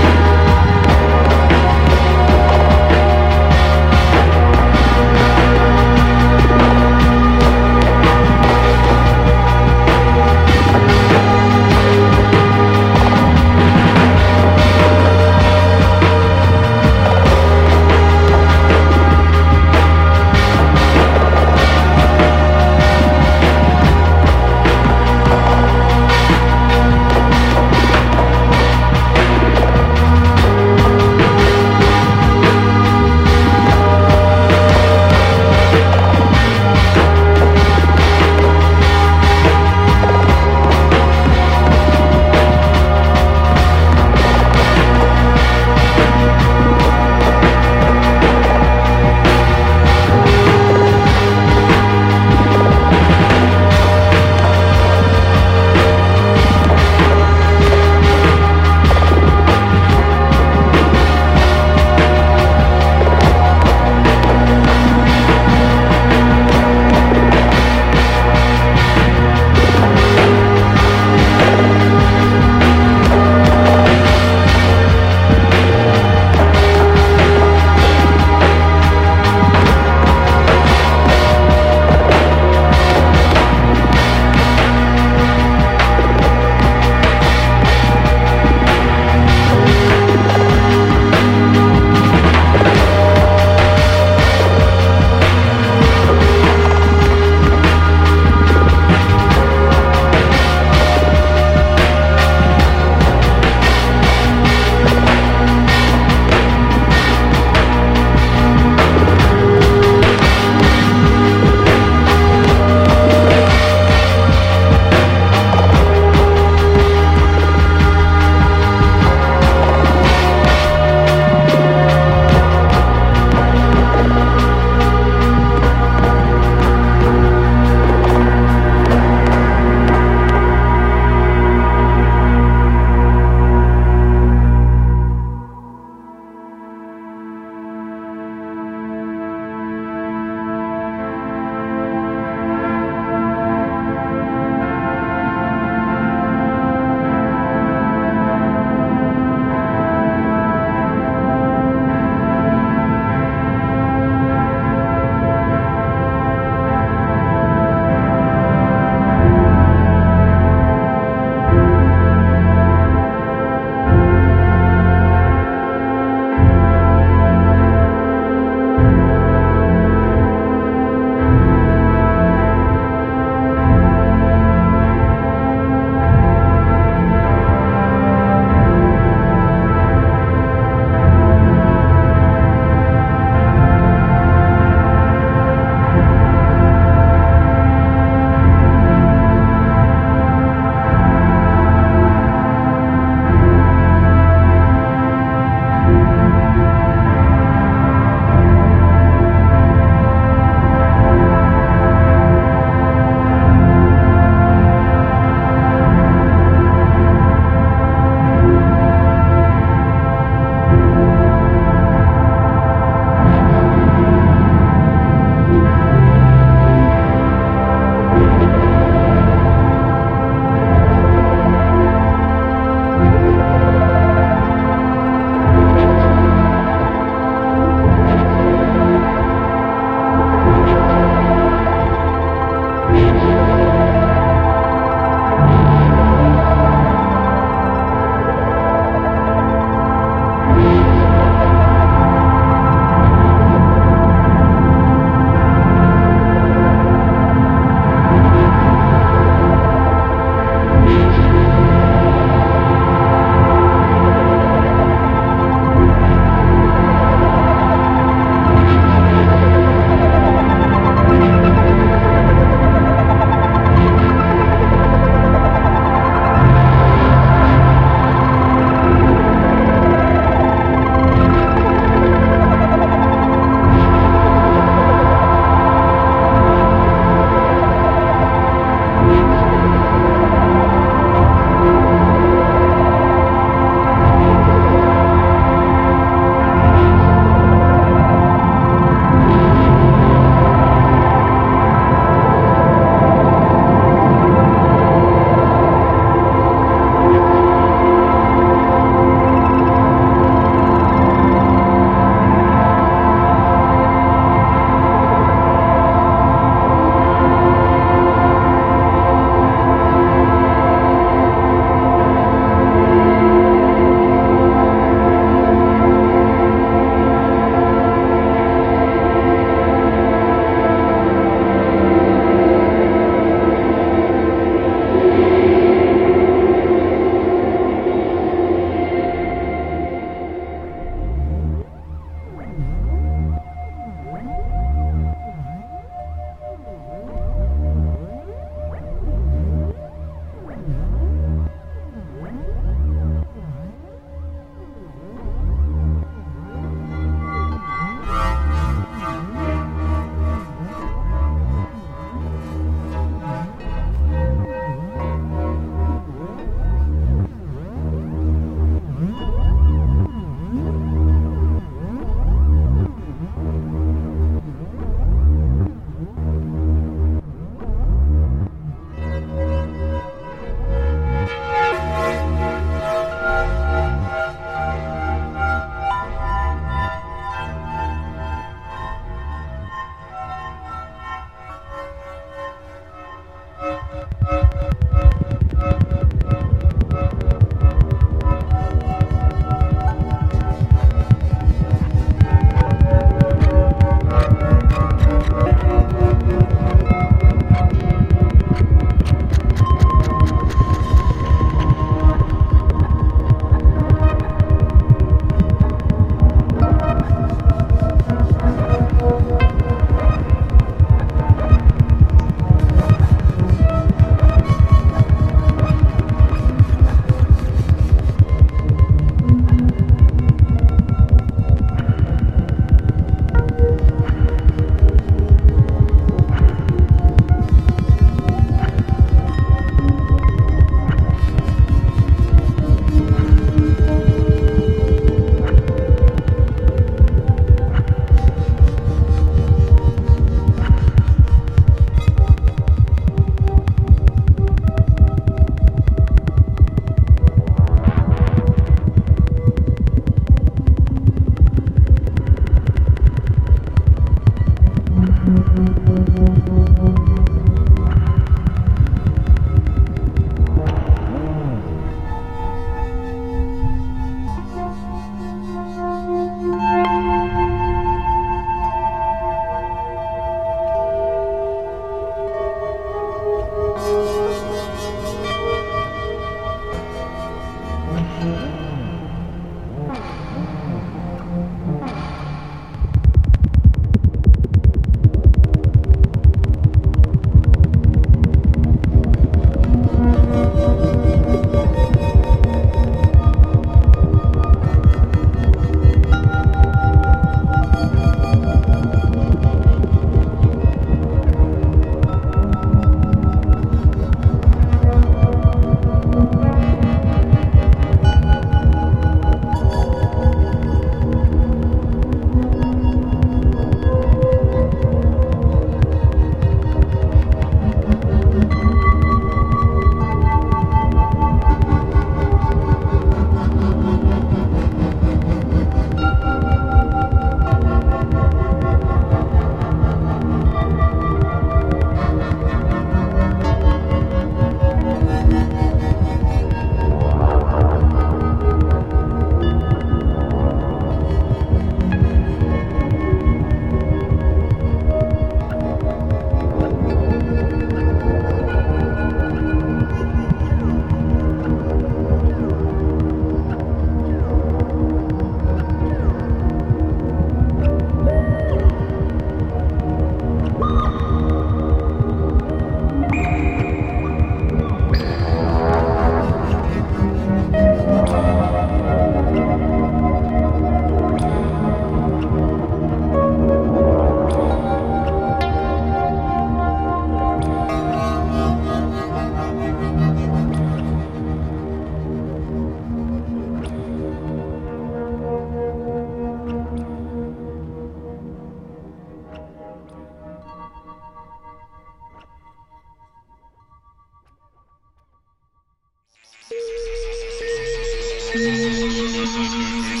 Thank you.